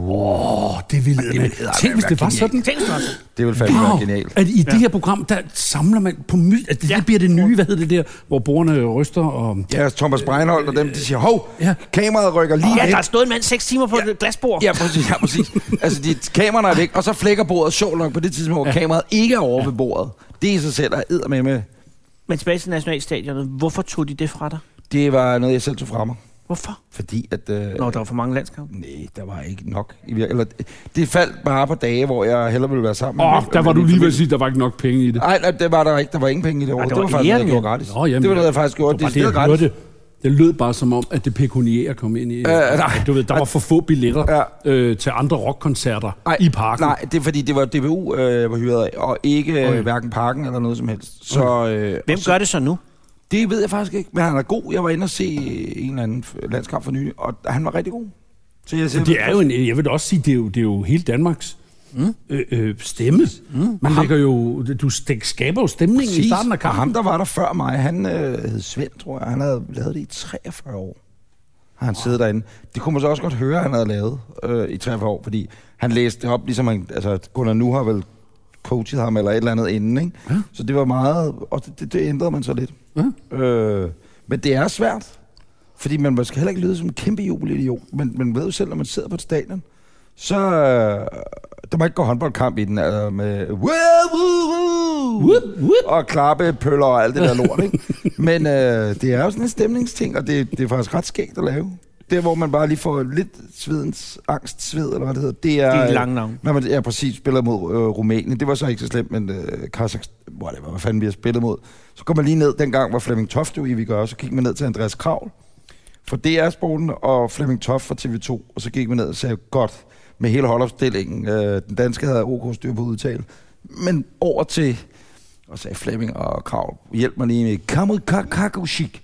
Åh, det ville... det ville Tænk, hvis det var være sådan. Tænk så altså. Det vil fandme Wow, være genialt. at i det her program, der samler man på my... At det ja. bliver det nye, hvad hedder det der, hvor brugerne ryster og... Ja, Thomas Breinholt og dem, de siger, hov, Ja. kameraet rykker lige Ja, væk. der er stået en mand seks timer på et glasbord. Ja, præcis. Ja, præcis. Altså, de, kameraerne er væk, og så flækker bordet sjovt nok på det tidspunkt, hvor ja. kameraet ikke er over ved bordet. Det i sig selv er eddermed med. Men tilbage til Nationalstadionet. Hvorfor tog de det fra dig? Det var noget, jeg selv tog fra mig. Hvorfor? Fordi at... Øh, Når der var for mange landskampe. Nej, der var ikke nok. I vir- Eller, det faldt bare på dage, hvor jeg hellere ville være sammen. Åh, med- oh, der var med du min lige ved familie. at sige, at der var ikke nok penge i det. Nej, nej, det var der ikke. Der var ingen penge i det år. Ej, Det, det var var faktisk noget, jeg æren, gjorde jo. gratis. Nå, jamen, det var noget, jeg faktisk gjorde. Det var Det bare er det, jeg gratis. hørte. Det lød bare som om, at det pekuniære kom ind i... Øh, nej. Du ved, der var for få billetter Ja. øh, til andre rockkoncerter Ej, i parken. Nej, det er fordi, det var D B U, øh, jeg var hyret af, og ikke øh, Okay. hverken parken eller noget som helst. Så, øh, Hvem så, gør det så nu? Det ved jeg faktisk ikke, men han er god. Jeg var inde og se en eller anden landskamp for nylig, og han var rigtig god. Så jeg siger, Det er jo en, jeg vil da også sige, det er jo, det er jo hele Danmarks mm. øh, øh, stemme. Mm. Man lægger jo, du skaber jo stemningen i starten af og kampen. ham, der var der før mig, han øh, hed Svend, tror jeg. Han havde lavet det i treogfyrre år. Har han wow. siddet derinde. Det kunne man så også godt høre, han havde lavet øh, i treogfyrre år, fordi han læste det op, ligesom han, altså Gunnar Nu har vel coachet ham eller et eller andet inden, ikke? Ja. Så det var meget, og det, det, det ændrede man så lidt. Ja. Øh, men det er svært, fordi man skal heller ikke lyde som en kæmpe jubelidiot, men man ved jo selv, når man sidder på et stadion, så øh, der må ikke gå håndboldkamp i den, altså med woo, woo, woo, whoop, whoop, og klappe pøller og alt det der lort, ikke? Men øh, det er jo sådan en stemningsting, og det, det er faktisk ret skægt at lave. Det, hvor man bare lige får lidt svedens angst, sved, eller hvad det hedder. Det er, Det er et langt navn. Når man ja, præcis spiller mod øh, Rumænien. Det var så ikke så slemt, men øh, Kazakhstan, whatever, hvad fanden vi har spillet mod. Så går man lige ned, dengang var Flemming Toft jo i Vi Gør, så gik man ned til Andreas Kravl for D R-sporten, og Flemming Toft for T V to, og så gik man ned og sagde, godt, med hele holdopstillingen. Øh, den danske havde OK styr på udtale. Men over til, og sagde Flemming og Kravl, hjælp mig lige med, Kamud Kakakushik.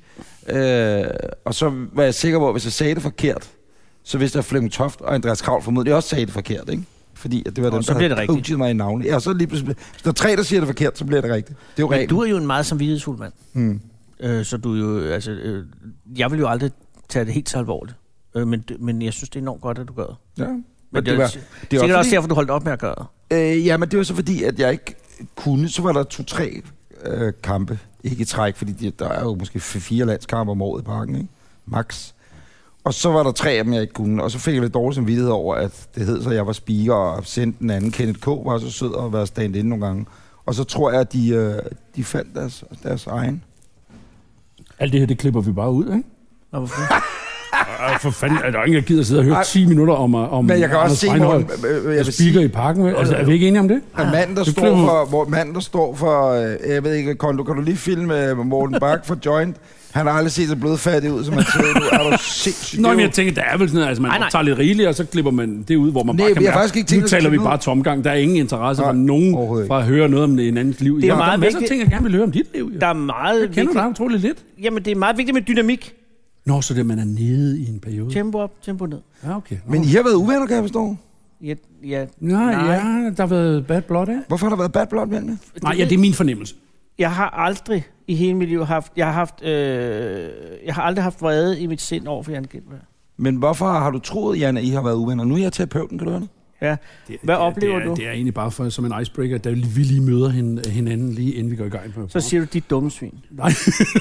Øh, og så var jeg sikker på, at hvis jeg sagde det forkert, så vidste jeg, at Flemming Toft og Andreas Kravl formodentlig også sagde det forkert, ikke? Fordi at det var Og dem, så der bliver det havde rigtigt. coachet mig i navnet. Ja, så lige pludselig, hvis der er tre, der siger det forkert, så bliver det rigtigt. Det er jo Men reglen. du er jo en meget samvittighedsfuld mand. Hmm. Øh, så du er jo, altså, øh, jeg vil jo aldrig tage det helt så alvorligt. Øh, men, men jeg synes, det er enormt godt, at du gør det. Ja. Men Men det, det var, det er det er sikkert også fordi, derfor, du holdt op med at gøre det. øh, ja, men det var så fordi, at jeg ikke kunne. Så var der to-tre øh, kampe, ikke i træk, fordi de, der er jo måske fire landskampe om året i parken, ikke? Max. Og så var der tre af dem, jeg ikke kunne. Og så fik jeg lidt dårlig samvittighed over, at det hed så, at jeg var speaker, og sendte den anden. Kenneth K. var så sød at være stand-in nogle gange. Og så tror jeg, at de, øh, de fandt deres, deres egen. Alt det her, det klipper vi bare ud, ikke? Nå, hvorfor? Ej, for fanden, er der ingen, der gider sidde og høre Ej, ti minutter om, om Men jeg kan også Anders se, Breinholt, hvor, øh, øh, jeg der vil speaker sige, i parken. Vel? Altså, er vi ikke enige om det? at manden, der Det står klipper- for, hvor manden, der står for, øh, jeg ved ikke, Kondo, kan du lige filme Morten Bak for Joint? Han har aldrig set så blødfattig ud, som han ser ud. Er du sindssygt? Nå, Det er men jo- jeg tænker, der er vel sådan noget, altså man Nej, nej. tager lidt rigeligt, og så klipper man det ud, hvor man Nej, bare kan vi har mærke, faktisk ikke tænkt nu os at taler vi klippe bare ud. tomgang. Der er ingen interesse Nej, fra nogen overhovedet ikke. fra at høre noget om en andens liv. Det er Ja, meget der er masser af vigtigt. ting, jeg gerne vil høre om dit liv. Der Ja. er meget Jeg kender vigtigt. dig utroligt lidt. Jamen, det er meget vigtigt med dynamik. Nå, så det man er nede i en periode. Tempo op, tempo ned. Ja, okay. Nå. Men I har været uvenner, kan jeg forstå. Ja, ja, Nej, ja, der har været bad blood af. Hvorfor har der været bad blood mellem jer? Nej, ja, det er min fornemmelse. Jeg har aldrig i hele mit liv haft, jeg har haft, øh, jeg har aldrig haft vrede i mit sind over for Jan Gintberg. Men hvorfor har du troet, Jan, at I har været uvenner? Nu er jeg terapeuten, kan du høre det? Ja. Det, Hvad det, oplever det er, du? Det er egentlig bare for, som en icebreaker, da vi lige møder hende, hinanden, lige inden vi går i gang på. Så siger du, dit dumme svin. Nej.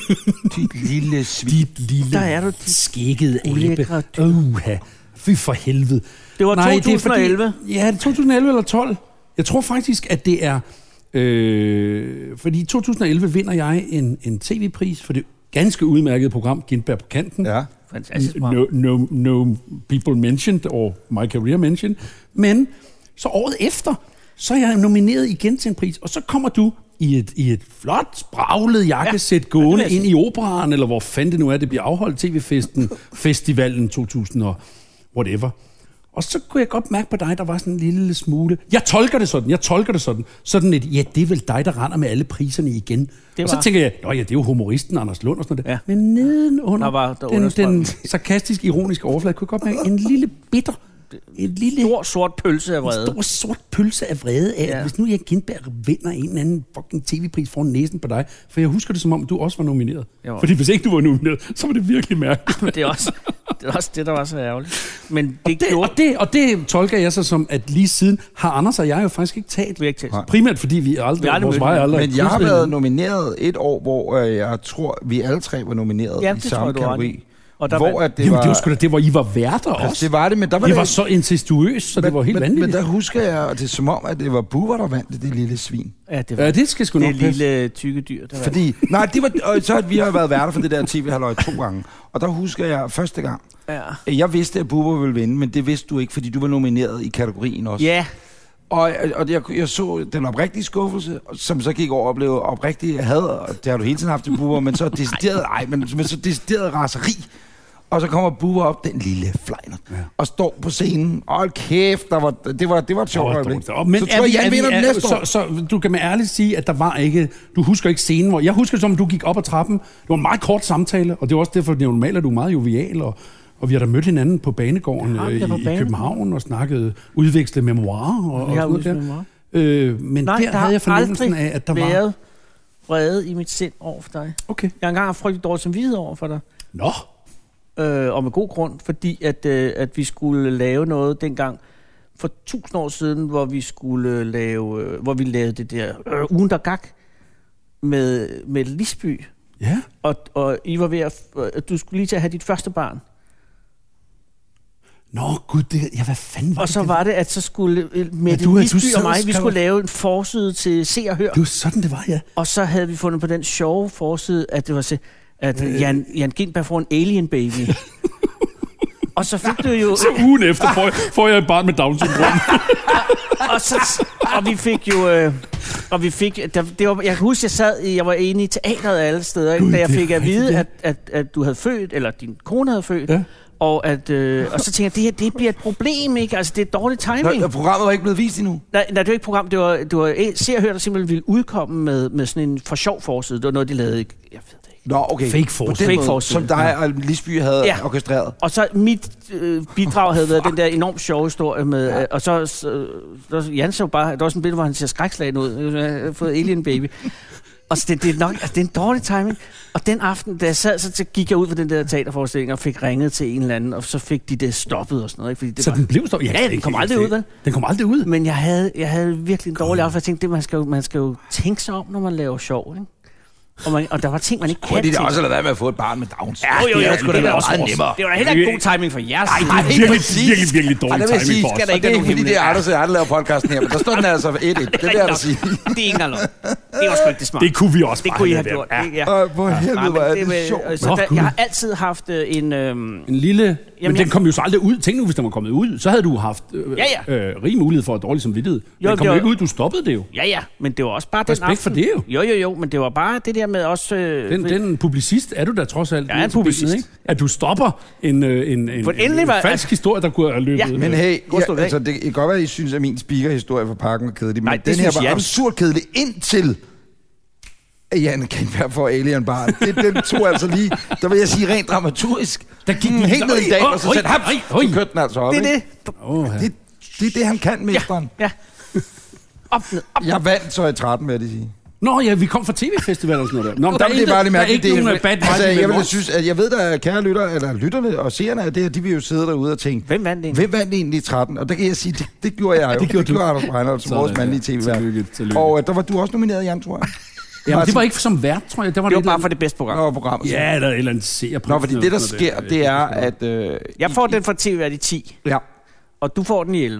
Dit lille svin. Dit lille Der er du, dit skækkede abe. ulækre dyr. Uha. Fy for helvede. Det var Nej, to tusind og elleve. Det er fordi, ja, det er to tusind og elleve eller tolv. Jeg tror faktisk, at det er... Øh, fordi i to tusind og elleve vinder jeg en, en tv-pris for det ganske udmærkede program Gintberg på kanten. Ja. fantastisk program. no, no, no people mentioned, or my career mentioned. Men så året efter, så er jeg nomineret igen til en pris, og så kommer du i et, i et flot, spraglet jakkesæt ja, gående ja, ind i operaen, eller hvor fanden det nu er, det bliver afholdt, T V-festen, festivalen to tusind og whatever. Og så kunne jeg godt mærke på dig, der var sådan en lille smule... Jeg tolker det sådan, jeg tolker det sådan. Sådan et, ja, det er vel dig, der render med alle priserne igen. Og så tænker jeg, nå ja, det er jo humoristen Anders Lund og sådan noget. Ja. Men nedenunder der var, der den, den sarkastisk ironiske overflade, kunne jeg godt mærke en lille bitter... En lille... Stor sort pølse af vrede. En stor sort pølse af vrede af, ja. Hvis nu jeg Gintberg vinder en eller anden fucking tv-pris foran næsen på dig. For jeg husker det som om, du også var nomineret. Jo. Fordi hvis ikke du var nomineret, så var det virkelig mærkeligt. Men det er også det, er også det der var så ærgerligt. Men det, og, det, gjorde... og, det, og det tolker jeg så som, at lige siden har Anders og jeg jo faktisk ikke talt. Vi ikke talt. Primært fordi vi aldrig... Vi aldrig vores vej aldrig Men jeg har været nomineret et år, hvor øh, jeg tror, vi alle tre var nomineret ja, i samme kategori. Og der hvor var, at det, var, det var sgu da det, hvor I var værter også. Altså, det var det, men der var det det... var så incestuøst, så men, det var helt men, vanvittigt. Men der husker jeg, at det er som om, at det var Bubber, der vandt det, det lille svin. Ja, det var ja, det skal sgu nok det lille tykke dyr. Der Fordi, nej, det var, og så at vi har været værter for det der T V-halløj to gange. Og der husker jeg første gang, ja. Jeg vidste, at Bubber ville vinde, men det vidste du ikke, fordi du var nomineret i kategorien også. Ja. Og, og jeg, jeg så den oprigtige skuffelse, som så gik over og blev oprigtig had, og det har du hele tiden haft til Bubber, men så decideret, ej, men, men så decideret raseri. Og så kommer Bubber op, den lille flejner, ja. Og står på scenen. Åh, kæft, der var, det, var, det var et sjovt øjeblik. Men så tror jeg, Jan vinder næste år. Så, så du kan med ærligt sige, at der var ikke... Du husker ikke scenen, hvor... Jeg husker det som, du gik op ad trappen. Det var en meget kort samtale, og det var også derfor, det er normalt, at du er meget jovial, og, og vi har da mødt hinanden på banegården ja, i, i København, og snakket, udvekslet memoirer og, og sådan noget der. Øh, men Nej, der, der havde jeg fornemmelsen af, at der var... været vrede i mit sind over for dig. Okay. Jeg har engang haft frygtelig dårligt samvittighed over for dig. Nå! Øh, og med god grund, fordi at, øh, at vi skulle lave noget dengang for tusind år siden, hvor vi skulle lave, øh, hvor vi lavede det der øh, ugen der gak med, med Lisby. Ja. Og, og I var ved at, øh, du skulle lige til at have dit første barn. Nå gud, det, ja, hvad fanden var og det? så var det, at så skulle med ja, du, Lisby du og mig, vi skrev... skulle lave en forside til Se og Hør. Det var sådan, det var, ja. Og så havde vi fundet på den sjove forside, at det var til at Jan, Jan Gintberg får en alien baby. Og så fik du jo... Så ugen efter får jeg, får jeg et barn med Down syndrom. og, så, og vi fik jo... Øh, og vi fik... Der, det var, jeg kan huske, jeg sad jeg var inde i teateret alle steder, ikke, da jeg fik at vide, at, at, at du havde født, eller din kone havde født. Ja. Og, at, øh, og så tænkte jeg, det her det bliver et problem, ikke? Altså, det er dårlig timing. Nå, programmet var ikke blevet vist endnu? Nej, nej, det var ikke et program. Det var, det var Se og Hør, der simpelthen ville udkomme med, med sådan en for sjov forside. Det var noget, de lavede. Jeg ved det ikke. Nå, okay. Fake forside. Fake forside. Som dig og Lisby havde ja. orkestreret. Og så mit øh, bidrag havde været den der enormt sjove historie med... Ja. Øh, og så... så, så Jan så bare... Der var sådan et billede, hvor han ser skrækslagen ud. Jeg har fået Alien Baby. Og så det, det, er nok, altså, det er en dårlig timing. Og den aften, da jeg sad, så gik jeg ud for den der teaterforestilling og fik ringet til en eller anden, og så fik de det stoppet og sådan noget. Ikke? Fordi det så var, den blev stoppet? Ja, ja, den kom aldrig ud, vel? Den kom aldrig ud? Men jeg havde, jeg havde virkelig en dårlig aften. Jeg tænkte, det, man, skal jo, man skal jo tænke sig om, når man laver sjov, ikke? Og, man, og der var ting, man ikke kan. Kunne de da også lade være med at få et barn med Downs? Ja, jo, jo, jo, det, det, det, det, også nemmere. Det var da heller ikke god timing for jeres. Nej, det er virkelig, virkelig, virkelig dårlig timing sige, for os. Skal der ikke det er ikke, fordi det er Anders og jeg, der laver podcasten her, men der står den altså et et. Det er der, der siger. Det er ikke engang lov. Det var sgu ikke det smart. Det kunne vi også det kunne I have gjort. Ja. Hvor helvede var det sjovt. Jeg har altid haft en... En lille... Men den kom jo så aldrig ud. Tænk nu, hvis den var kommet ud, så havde du haft rig mulighed for at dårlig samvittighed. Den kom jo ikke ud, du stoppede det jo. Ja, ja, men det var også bare den aften. Respekt for det jo. Jo, jo, jo, men det var bare det der med også... Den, den publicist er du da trods alt. Jeg er en publicist. Ikke? At du stopper en, en, en, en, en var, falsk historie, der kunne have løbet. Ja, men hey, ja, altså, det kan godt være, at I synes, at min speaker-historie for Parken var kedelig, men nej, den her var Jan. absurd kedelig indtil... Jan Gintberg for Alien Barn. Det, den tog altså lige, der vil jeg sige rent dramaturgisk. Der gik den helt ned i dag, og så sagde han, så kørte den altså op. Det er det. Oh, ja. det. Det er det, han kan, mesteren. Ja, ja. Op, ned, op. Jeg vandt så i tretten, med det sige. Nå ja, vi kom fra tv-festival og sådan noget der. Nå, men der, der, er, det er bare lige mærkeligt. Der er ikke nogen bad altså, jeg, vil synes, at jeg ved, at kære lytter, eller lytterne og seerne af det her, de vil jo sidde derude og tænke, hvem vandt egentlig? Hvem vandt egentlig i tretten? Og der kan jeg sige, det, det gjorde jeg jo. det gjorde det gjorde Anders Breinholt som vores mandlige tv-vært. Og der var du også nomineret, Jan, tror jeg. Ja, det var ikke som vært, tror jeg. Det var, det var bare for det bedste program. Nå, program. Ja, der er et eller andet seerpris. Nå, fordi det, der sker, det er, at... Øh, jeg får den fra T V-vært i ti. Ja. Og du får den i elleve.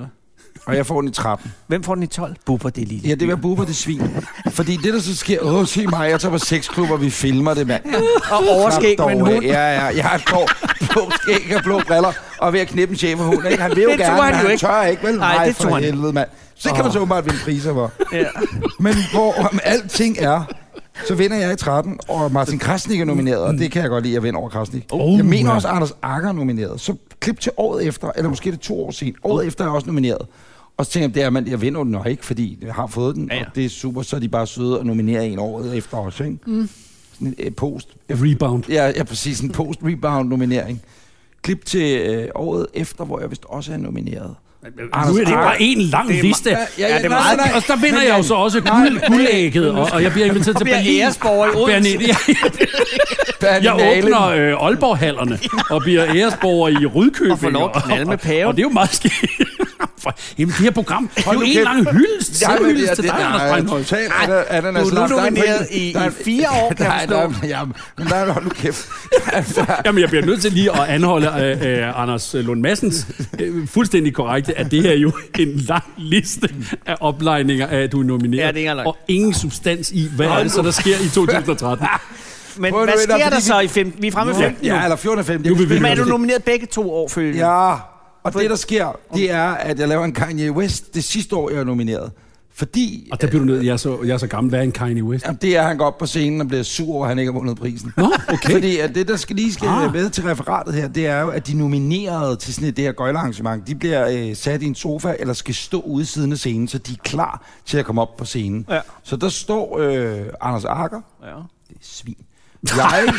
Og jeg får den i tretten. Hvem får den i tolv? Bubber, det lille. Ja, det var Bubber, det svin. Fordi det, der så sker... Åh, se mig, jeg tager på sexklubber, vi filmer det, mand. Og overskæg med en hund. Ja, ja, jeg har et blå, blå skæg og blå briller, og ved at knippe en cheferhund, ikke? Han vil jo Det gerne, tror han men jo han ikke. tør ikke, vel? Nej, det for tror han helvede, mand. Så kan man så åbenbart vinde priser for. Ja. Men hvor om alting er... Så vinder jeg i tretten, og Martin Krasnik er nomineret, og det kan jeg godt lide at vinde over Krasnik. Oh, jeg mener ja. også, at Anders Agger er nomineret. Så klip til året efter, eller måske det er to år siden. Året efter er jeg også nomineret. Og så tænker jeg, det er, man, jeg vinder den nok ikke, fordi jeg har fået den, ja, ja. Og det er super, så er de bare søde og nominere en året efter også, ikke? Mm. Sådan en post. Rebound. Ja, ja, præcis. En post-rebound-nominering. Klip til øh, året efter, hvor jeg vist også er nomineret. Nu er det bare en lang liste. Ja, ja, ja, det er nej, meget, nej, nej. og der vinder jeg jo så også guld, guldægget, og, og jeg bliver inviteret til Berlin. bliver æresborger i Odense. Berlin, jeg åbner øh, Aalborg-hallerne og bliver æresborger i Rydkøbing. Og får lov at knalde med paven. Og, og det er jo meget skidt. Jamen, det her program, det er jo en lang hyldest, selvhyldest til dig, Anders Breinholt. Du er nu nomineret i fire år, kan jeg forstå. Jamen, men der er nu kæft. Jamen, jeg bliver nødt til lige at anholde øh, øh, Anders Lund Madsens øh, fuldstændig korrekte, at det her er jo en lang liste af oplejninger af, at du er nomineret. Ja, det er ikke engang og ingen substans i, hvad er det så, der sker i to tusind og tretten. Men hvad sker der så i femten? Vi er fremme i femten nu. Ja, eller fjorten og femten. Men er du nomineret begge to år følgende? Ja, og det der sker, det er, at jeg laver en Kanye West det sidste år, jeg er nomineret. Fordi... Og der bliver du nødt, jeg er så, jeg er så gammel, hvad er en Kanye West? Jamen, det er, at han går op på scenen og bliver sur over, at han ikke har vundet prisen. Nå, okay. Fordi at det, der skal lige skal ah. med til referatet her, det er jo, at de nominerede til sådan et det her gøjlearrangement, de bliver øh, sat i en sofa, eller skal stå ude siden af scenen, så de er klar til at komme op på scenen. Ja. Så der står øh, Anders Agger. Ja. Det er svin. Jeg...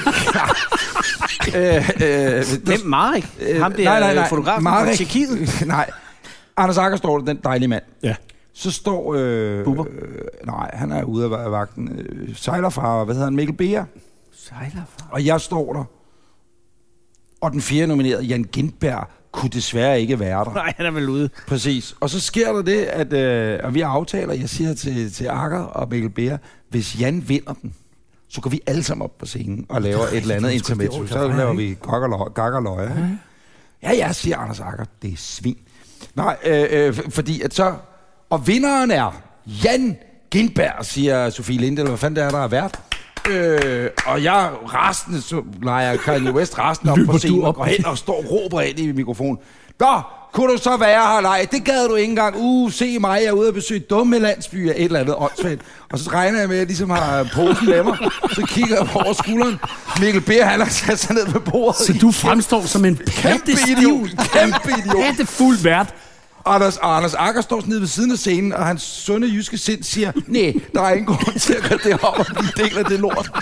øh, øh, Hvem? Marek? Ham der nej, nej, nej. fotografen fra Tjekkiet? Nej. Anders Agger står der, den dejlige mand. Ja. Så står... Øh, Bubber? Øh, nej, han er ude af vagten. Øh, sejlerfar, hvad hedder han? Mikkel Beer. Sejlerfar? Og jeg står der. Og den fjerde nominerede, Jan Gintberg, kunne desværre ikke være der. Nej, han er vel ude. Præcis. Og så sker der det, at øh, og vi aftaler, jeg siger til, til Agger og Mikkel Beer, hvis Jan vinder den, så går vi alle sammen op på scenen og laver et eller andet intermezzo. Så laver vi gak og løg. Ja, ja, siger Anders Agger. Det er svin. Nej, øh, øh, fordi at så... Og vinderen er Jan Gintberg, siger Sofie Linde, eller hvad fanden det er, der er vært. Øh, og jeg rasende, så leger Kanye West rasende op på scenen og går hen og står og råber ind i mikrofonen. Nå, kunne du så være her? Nej, det gad du ikke engang. Uh, se mig, jeg er ude at besøge dumme landsbyer, et eller andet åndssvagt. Og så regner jeg med, at jeg ligesom har posen med mig. Så kigger jeg over skulderen. Mikkel Beer, han har sat sig ned ved bordet. Så du fremstår som en kæmpe idiot. Kæmpe idiot. Pattefuld vært. Anders, Anders Agger står nede ved siden af scenen, og hans sunde jyske sind siger, nej, der er ingen grund til at gøre det op og blive del af det lort.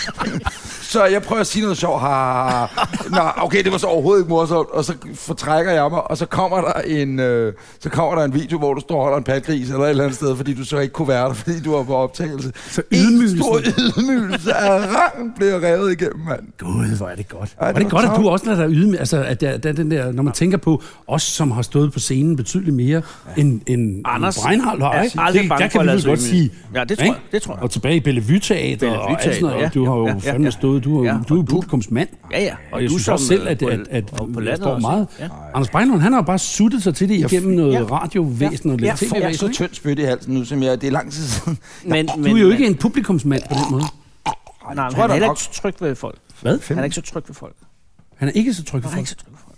Så jeg prøver at sige noget sjovt. Ha, nå, okay, det var så overhovedet ikke morsomt. Og så fortrækker jeg mig, og så kommer der en, øh, så kommer der en video, hvor du står og holder en patgris eller et eller andet sted, fordi du så ikke kunne være der, fordi du var på optagelse. Så ydmygelsen. En stor ydmygelse af rangen bliver revet igennem, mand. Gud, hvor er det godt. Ej, det var det godt, at du også lader dig ydmyge. Altså, at der, der, den der, når man tænker på os, som har stået på scenen betydeligt mere, ja. end, end Anders Breinholt har, ikke? Aldrig Det, bange der for kan at vi lade godt sig sige. Ja, det tror jeg. Det tror jeg. Og tilbage i Bellevue-teater og alt sådan noget. ja, Du har jo ja, ja, fandme ja. stået. Du, Ja, ja, du er jo publikumsmand. Ja, ja. Og jeg du synes som, også selv, at, på, at, at, og på jeg landet står også. meget. Ja. Anders Breinholt, han har jo bare suttet sig til det igennem noget ja. radiovæsen og lidt Jeg får tv-væsen. så tyndt spyt i halsen nu, som jeg, det er lang tid siden. Men, Du men, er jo men, ikke en publikumsmand på den måde. Nej, men tror han er jeg heller nok. ikke så tryg ved folk. Hvad? Han er ikke så tryg ved folk. Han er ikke så tryg ved Han er folk. ikke så tryg ved folk.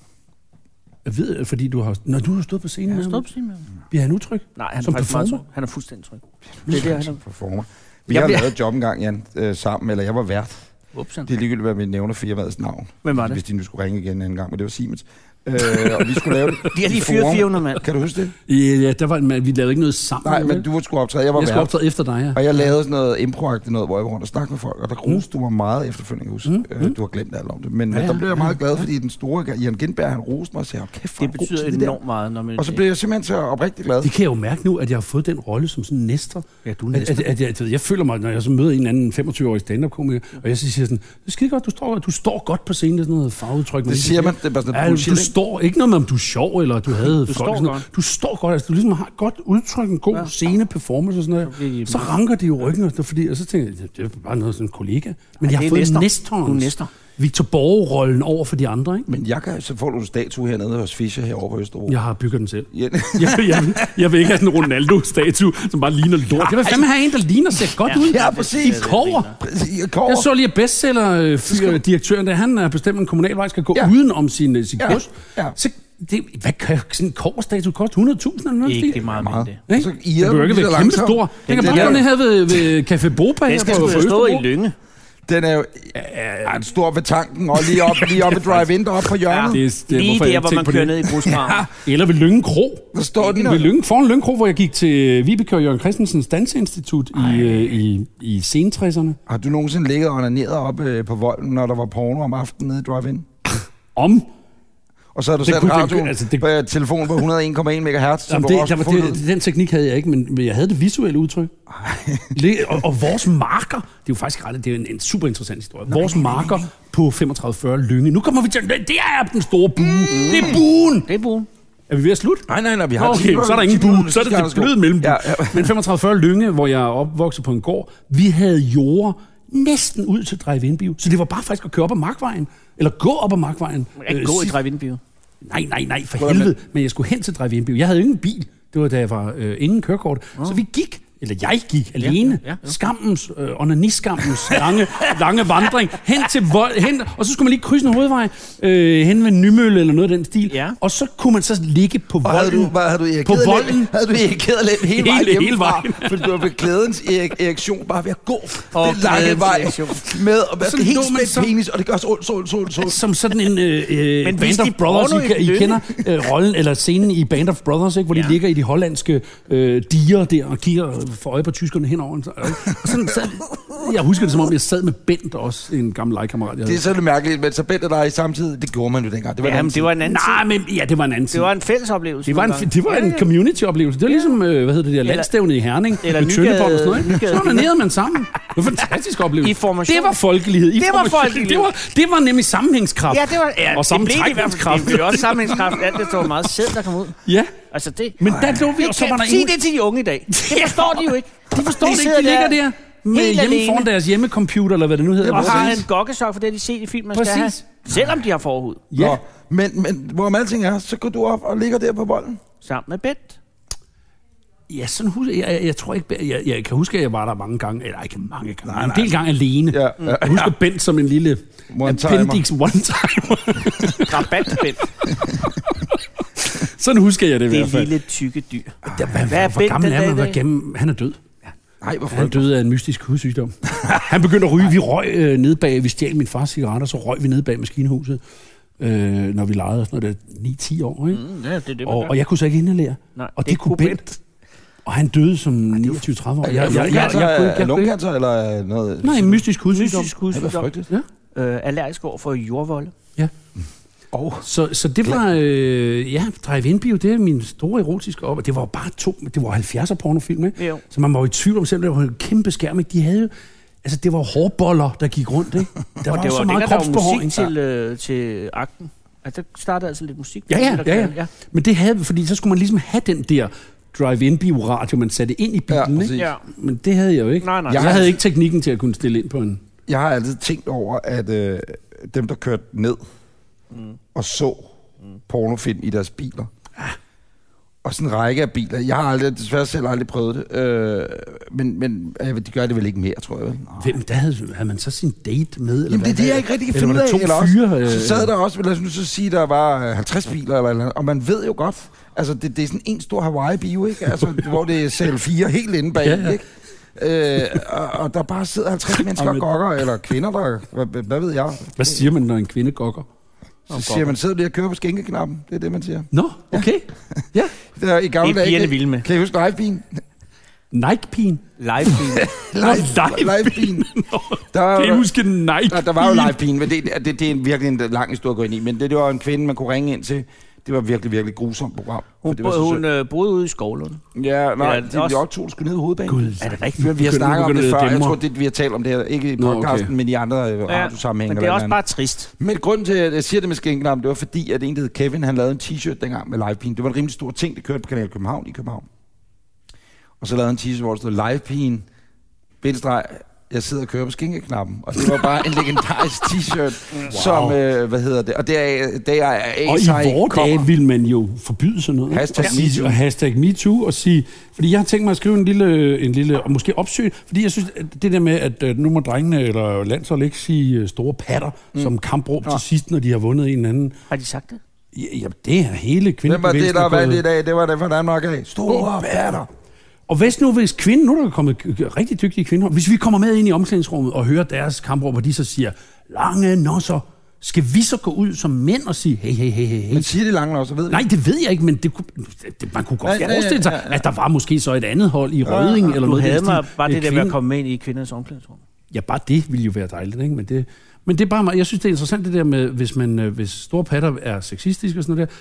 Jeg ved, fordi du har... Når du har stået på scenen Han med har ham, stået på scenen med ham. bliver han utryg? Nej, han Som er faktisk meget performer? tryg. Han er fuldstændig tryg. Det er det, han er. Performer. Vi Jeg har bliver- lavet et job engang, Jan, øh, sammen, eller jeg var vært. Upsen. Det er ligegyldigt, hvad vi nævner firmaets navn. Hvem var det? Hvis de nu skulle ringe igen en anden gang, men det var Siemens. Øh, og vi skulle lave det. De har lige i fyret forum. fire hundrede mand. Kan du huske det? Ja, ja, der var, men vi lavede ikke noget sammen. Nej, vel? men du skulle optræde. Jeg var Jeg skulle vært. optræde efter dig, ja. Og jeg lavede sådan noget improagtigt noget, hvor jeg var rundt og snakkede med folk, og der roste du mig meget efterfølgende, jeg husker. Mm, Øh, mm. Du har glemt alt om det. Men Ja, ja, ja, der blev jeg meget ja, glad, ja. fordi den store Jan Gintberg, han roste mig og sagde, kæft, hvor er Det du god betyder til det der. enormt meget, når man... Og så blev jeg simpelthen så oprigtigt glad. Det kan jeg jo mærke nu, at jeg har fået den rolle som sådan en næster. Ja, du er At, næsten. at, at, at, at jeg føler mig, når jeg så møder en anden femogtyve-årig stand-up-komiker, og jeg så siger sådan, det er skide godt, du står, du står godt på scenen, det er sådan noget fagudtryk. Det siger man, det er bare sådan Ja, noget bullshit, du ikke? står ikke noget med, om du er sjov, eller du havde Du folk. står Sådan noget. godt. Du står godt, altså du ligesom har et godt udtryk, en god Ja. scene-performance og sådan noget. Så ranker de jo ryggen, og, fordi, og så tænker jeg, det er bare noget sådan en kollega. Men Ej, jeg har det er fået næster. næsterens. Du er næster. Victor Borge-rollen over for de andre, ikke? Men jeg kan så få nogle statue hernede hos Fischer herovre på Østerbro. Jeg har bygget den selv. Ja. jeg, jeg, jeg vil ikke have sådan en Ronaldo-statue, som bare ligner lort. Jeg vil fandme have en, der ligner ser godt ud. Ja, præcis. I kover. Præcis, i kover. Jeg så lige, at bestseller-direktøren, der han er bestemt, en kommunalvej skal gå Ja. uden om sin, sin Ja. gods. Ja. Så det, hvad kan sådan en koverstatue koste? hundrede tusind eller noget? Ikke meget Meget. mindre. Ikke? Så Det I er behøver ikke lige være så kæmpe langsom. stor. Den kan Den bare er- gå ned her ved, ved Café Boba her Den skal på, sgu på da stå i Østerbro. Lynge. Den er jo ja, en stor ved tanken, og lige op, lige op ved drive-in deroppe på hjørnet. Det er, det er, Lige hvorfor jeg der, ikke hvor tænkte man på kører det. ned i grusgraven. Eller ved Lyngen Kro. Der står den Ved Lyngen, foran Lyngen Kro, hvor jeg gik til Vibeke og Jørgen Christensens Danseinstitut i, øh, i, i sentresserne. Har du nogensinde ligget og onaneret op øh, på volden, når der var porno om aftenen nede i drive-in? Om Og så har du Det sat kunne- radioen altså, det- på øh, telefonen på hundrede og en komma en megahertz, så Jamen, du det, også der var, får lyd. det, den teknik havde jeg ikke, men, men jeg havde det visuelle udtryk. Le- og, og vores marker, det er jo faktisk ret, det er en, en super interessant historie. Vores marker på femogtredive fyrre Lynge. Nu kommer vi til, det er den store bue. Mm. Det er buen. Det er buen. Er vi ved at slutte? Nej, nej, nej, vi har Nå, ti okay, minutter- så er der ti ingen minutter, bue. Så er skal det der det gå. bløde mellem. Ja, ja. Men femogtredive fyrre Lynge, hvor jeg er opvokset på en gård, vi havde jord næsten ud til drive-in-bio. Så det var bare faktisk at køre op ad Markvejen. Eller gå op ad Markvejen. Man kan ikke gå i drive-in-bio. Nej, nej, nej, for helvede. Men jeg skulle hen til drive-in-bio. Jeg havde jo ingen bil. Det var da jeg var øh, ingen kørekort. Oh. Så vi gik, eller jeg gik alene, ja, ja, ja. skammens, øh, onaniskammens lange, lange vandring, hen til vold, hen, og så skulle man lige krydse en hovedvej, øh, hen ved Nymølle eller noget af den stil. Ja. Og så kunne man så ligge på Og havde volden. du, hvad, havde du På irrigeret volden. lidt? Havde du irrigeret lidt hele vejen Hele- hele hjemmefra? vejen. Fordi du var ved glædens erik- erektion bare ved at gå Og den lange glædens vej erektion. med og være Så helt lå man spændt så- penis, og det gør så ondt, så ondt, så ondt, så ondt. Som sådan en øh, øh, Men Band viste of de Brothers, porno I, i I Lynge? kender øh, rollen, eller scenen i Band of Brothers, ikke, hvor de Ja. ligger i de hollandske øh, diger der, og kigger for øje på tyskerne henover. Og sådan sad, jeg husker det som om, jeg sad med Bent også, en gammel legekammerat. jeg Det er havde. så lidt mærkeligt, men så bændte dig i samtidig. Det gjorde man jo dengang. Det var en Ja, anden men det var en anden Nej, tid. men ja, det var en anden tid. Det var en fælles oplevelse. Det var en, nogle gange. det var en community-oplevelse. Det var ligesom, øh, hvad hedder det der, landstævne i Herning. eller med Tøndepop og sådan Nygade- noget. ikke? Nygade- Så onanerede man sammen. Det var en fantastisk oplevelse. I formation. Det var folkelighed. I Det var formation. folkelighed. Det var, det var nemlig sammenhængskraft. Ja, det var ja, og det blev det i hvert fald. sammentrækningskraft. Det blev også sammenhængskraft. Alt det var meget sæd, der kom ud. Ja, Altså det... men der lå vi, og så var der Sig ingen... det til de unge i dag. Det forstår de jo ikke. De forstår De det ikke, sidder de ligger der der med helt hjemme alene. foran deres hjemmecomputer, eller hvad det nu hedder. Og har en Præcis. gokkesok, for det har de set i film, man skal have. Præcis. Selvom de har forhud. Ja. Nå, men, men hvorom alting er, så går du op og ligger der på bolden. Sammen med Bent. Ja, sådan husker jeg, jeg, jeg tror ikke, jeg, jeg kan huske, at jeg var der mange gange, eller ikke mange gange, Nej, en nej. del gange alene. Ja, ja, Jeg husker Bent som en lille One-timer. appendix one-timer. Rabat Bent. Sådan husker jeg det i Det hvert fald. lille tykke dyr. Ja, hvad, Hvad er hvor Bent gammel den er dag man? i Hvor dag? gennem, han er død. Nej, hvorfor? Han døde af en mystisk hudsygdom. Han begyndte at ryge. Vi røg øh, ned bag, vi stjal min fars cigaretter, så røg vi ned bag maskinhuset, øh, når vi legede sådan noget der ni ti år. Ikke? Mm, ja, det er det, man Og, gør. og jeg kunne så ikke inhalere. Nej, og det, det kunne kunne Bent. Og han døde som niogtyve tredive år. Er Jeg, jeg, jeg, jeg, jeg, lungekræfter, jeg, er jeg, jeg, lungekræfter eller noget? nej, en mystisk hudsygdom. Mystisk Ej, hvor hudsygdom. frygteligt. Ja. Øh, allergisk over for jordvolde. Oh. Så, så det var, øh, ja, Drive-In-bio, det er min store erotiske op. Det var jo bare to, det var halvfjerdser pornofilm, ikke? Jo. Så man var jo i tvivl om selv, det var en kæmpe skærm, ikke? De havde jo, altså det var hårboller, der gik rundt, ikke? Der Og var, det så var meget dengang, der var kropsbehåring. musik til, øh, til akten. Altså, der startede altså lidt musik. Ja, ja, Der- ja, ja. Men det havde, fordi så skulle man ligesom have den der drive-in-bio-radio, man satte ind i Ja, bilen, præcis. ikke? Ja. Men det havde jeg jo ikke. Nej, nej. Jeg, Jeg jeg havde har- ikke teknikken til at kunne stille ind på en... Jeg har altid tænkt over, at øh, dem, der kørte ned mm. og så mm. pornofilm i deres biler, og sådan en række af biler. Jeg har aldrig, desværre selv aldrig prøvet det, øh, men, men øh, de gør det vel ikke mere, tror jeg. Vel? Hvem, der havde, havde man så sin date med? Eller Jamen det er hvad? det, jeg ikke rigtig kan Eller finde ud var af. der to Eller også, fyre, øh, så sad der også, lad os nu så sige, der var øh, halvtreds biler, eller, eller, og man ved jo godt, altså det, det er sådan en stor Hawaii-bio, ikke? Altså, hvor det er C L fire helt inde bag, Ja, ja. ikke? Øh, og, og der bare sidder halvtreds mennesker og Jamen. gokker, eller kvinder, der, hvad, hvad ved jeg? Hvad siger man, når en kvinde gokker? Så siger man, sidder du lige og kører på skænkeknappen? Det er det, man siger. Nå, okay. Ja. Der, I gamle Det er dage, pigerne kan- vilde med. Kan I huske live-bilen? Nike-pigen. Live-film. Live, live-bilen. Der, var- Kan I huske Nike? der, der var jo live-bilen, men det, det, det er virkelig en lang historie at gå ind i. Men det, det var en kvinde, man kunne ringe ind til. Det var virkelig, virkelig grusomt program. for Hun, det var så hun synd. øh, boede ude i Skovlund. Ja, nej, Ja, de, det de er også- optog skulle ned i hovedbanen. Gud, Er det rigtigt? Men vi har Begynder- snakket om det begynder før. det Jeg dæmre. tror, det, vi har talt om det her. Ikke i Nå, podcasten, okay. men i andre øh, Ja, radiosammenhænge. men det er eller også hvad bare trist. Men grunden til, at jeg siger det med skænknappen, det var fordi, at en, der hed Kevin, han lavede en t-shirt dengang med live-pigen. Det var en rimelig stor ting, det kørte på Kanal København i København. Og så lavede han en t-shirt, hvor der stod live-pigen, bindestreg, jeg sidder og kører på skinkeknappen. Og det var bare en legendarisk t-shirt, wow. som, øh, hvad hedder det, og det er, det er A S I Og i vore dage vil man jo forbyde sådan noget. Hashtag og sige, MeToo. og hashtag MeToo, og sige, fordi jeg har tænkt mig at skrive en lille, en lille og måske opsøge, fordi jeg synes, at det der med, at nu må drengene eller landshold ikke sige store patter, mm. som kampråb ja. til sidst, når de har vundet en eller anden. Har de sagt det? Ja, ja det er hele kvindebevægelsen. Det var det, der var det i dag, det var det for Danmark af. Store patter. Og hvis nu, hvis kvinden, nu er der kommet rigtig dygtige kvinder, hvis vi kommer med ind i omklædningsrummet og hører deres kampråb, hvor de så siger, lange nosser, skal vi så gå ud som mænd og sige, hey, hey, hey, hey. Men siger de lange nosser, ved vi? Nej, det ved jeg ikke, men det, det, man kunne godt Nej, forestille sig, ja, ja, ja. at der var måske så et andet hold i Rødding, ja, eller Du noget. havde mig stil. bare det der Kvinde. med at komme med ind i kvindernes omklædningsrum. Ja, bare det ville jo være dejligt, ikke? Men det, men det er bare, jeg synes, det er interessant det der med, hvis, man, hvis store patter er sexistiske og sådan noget der,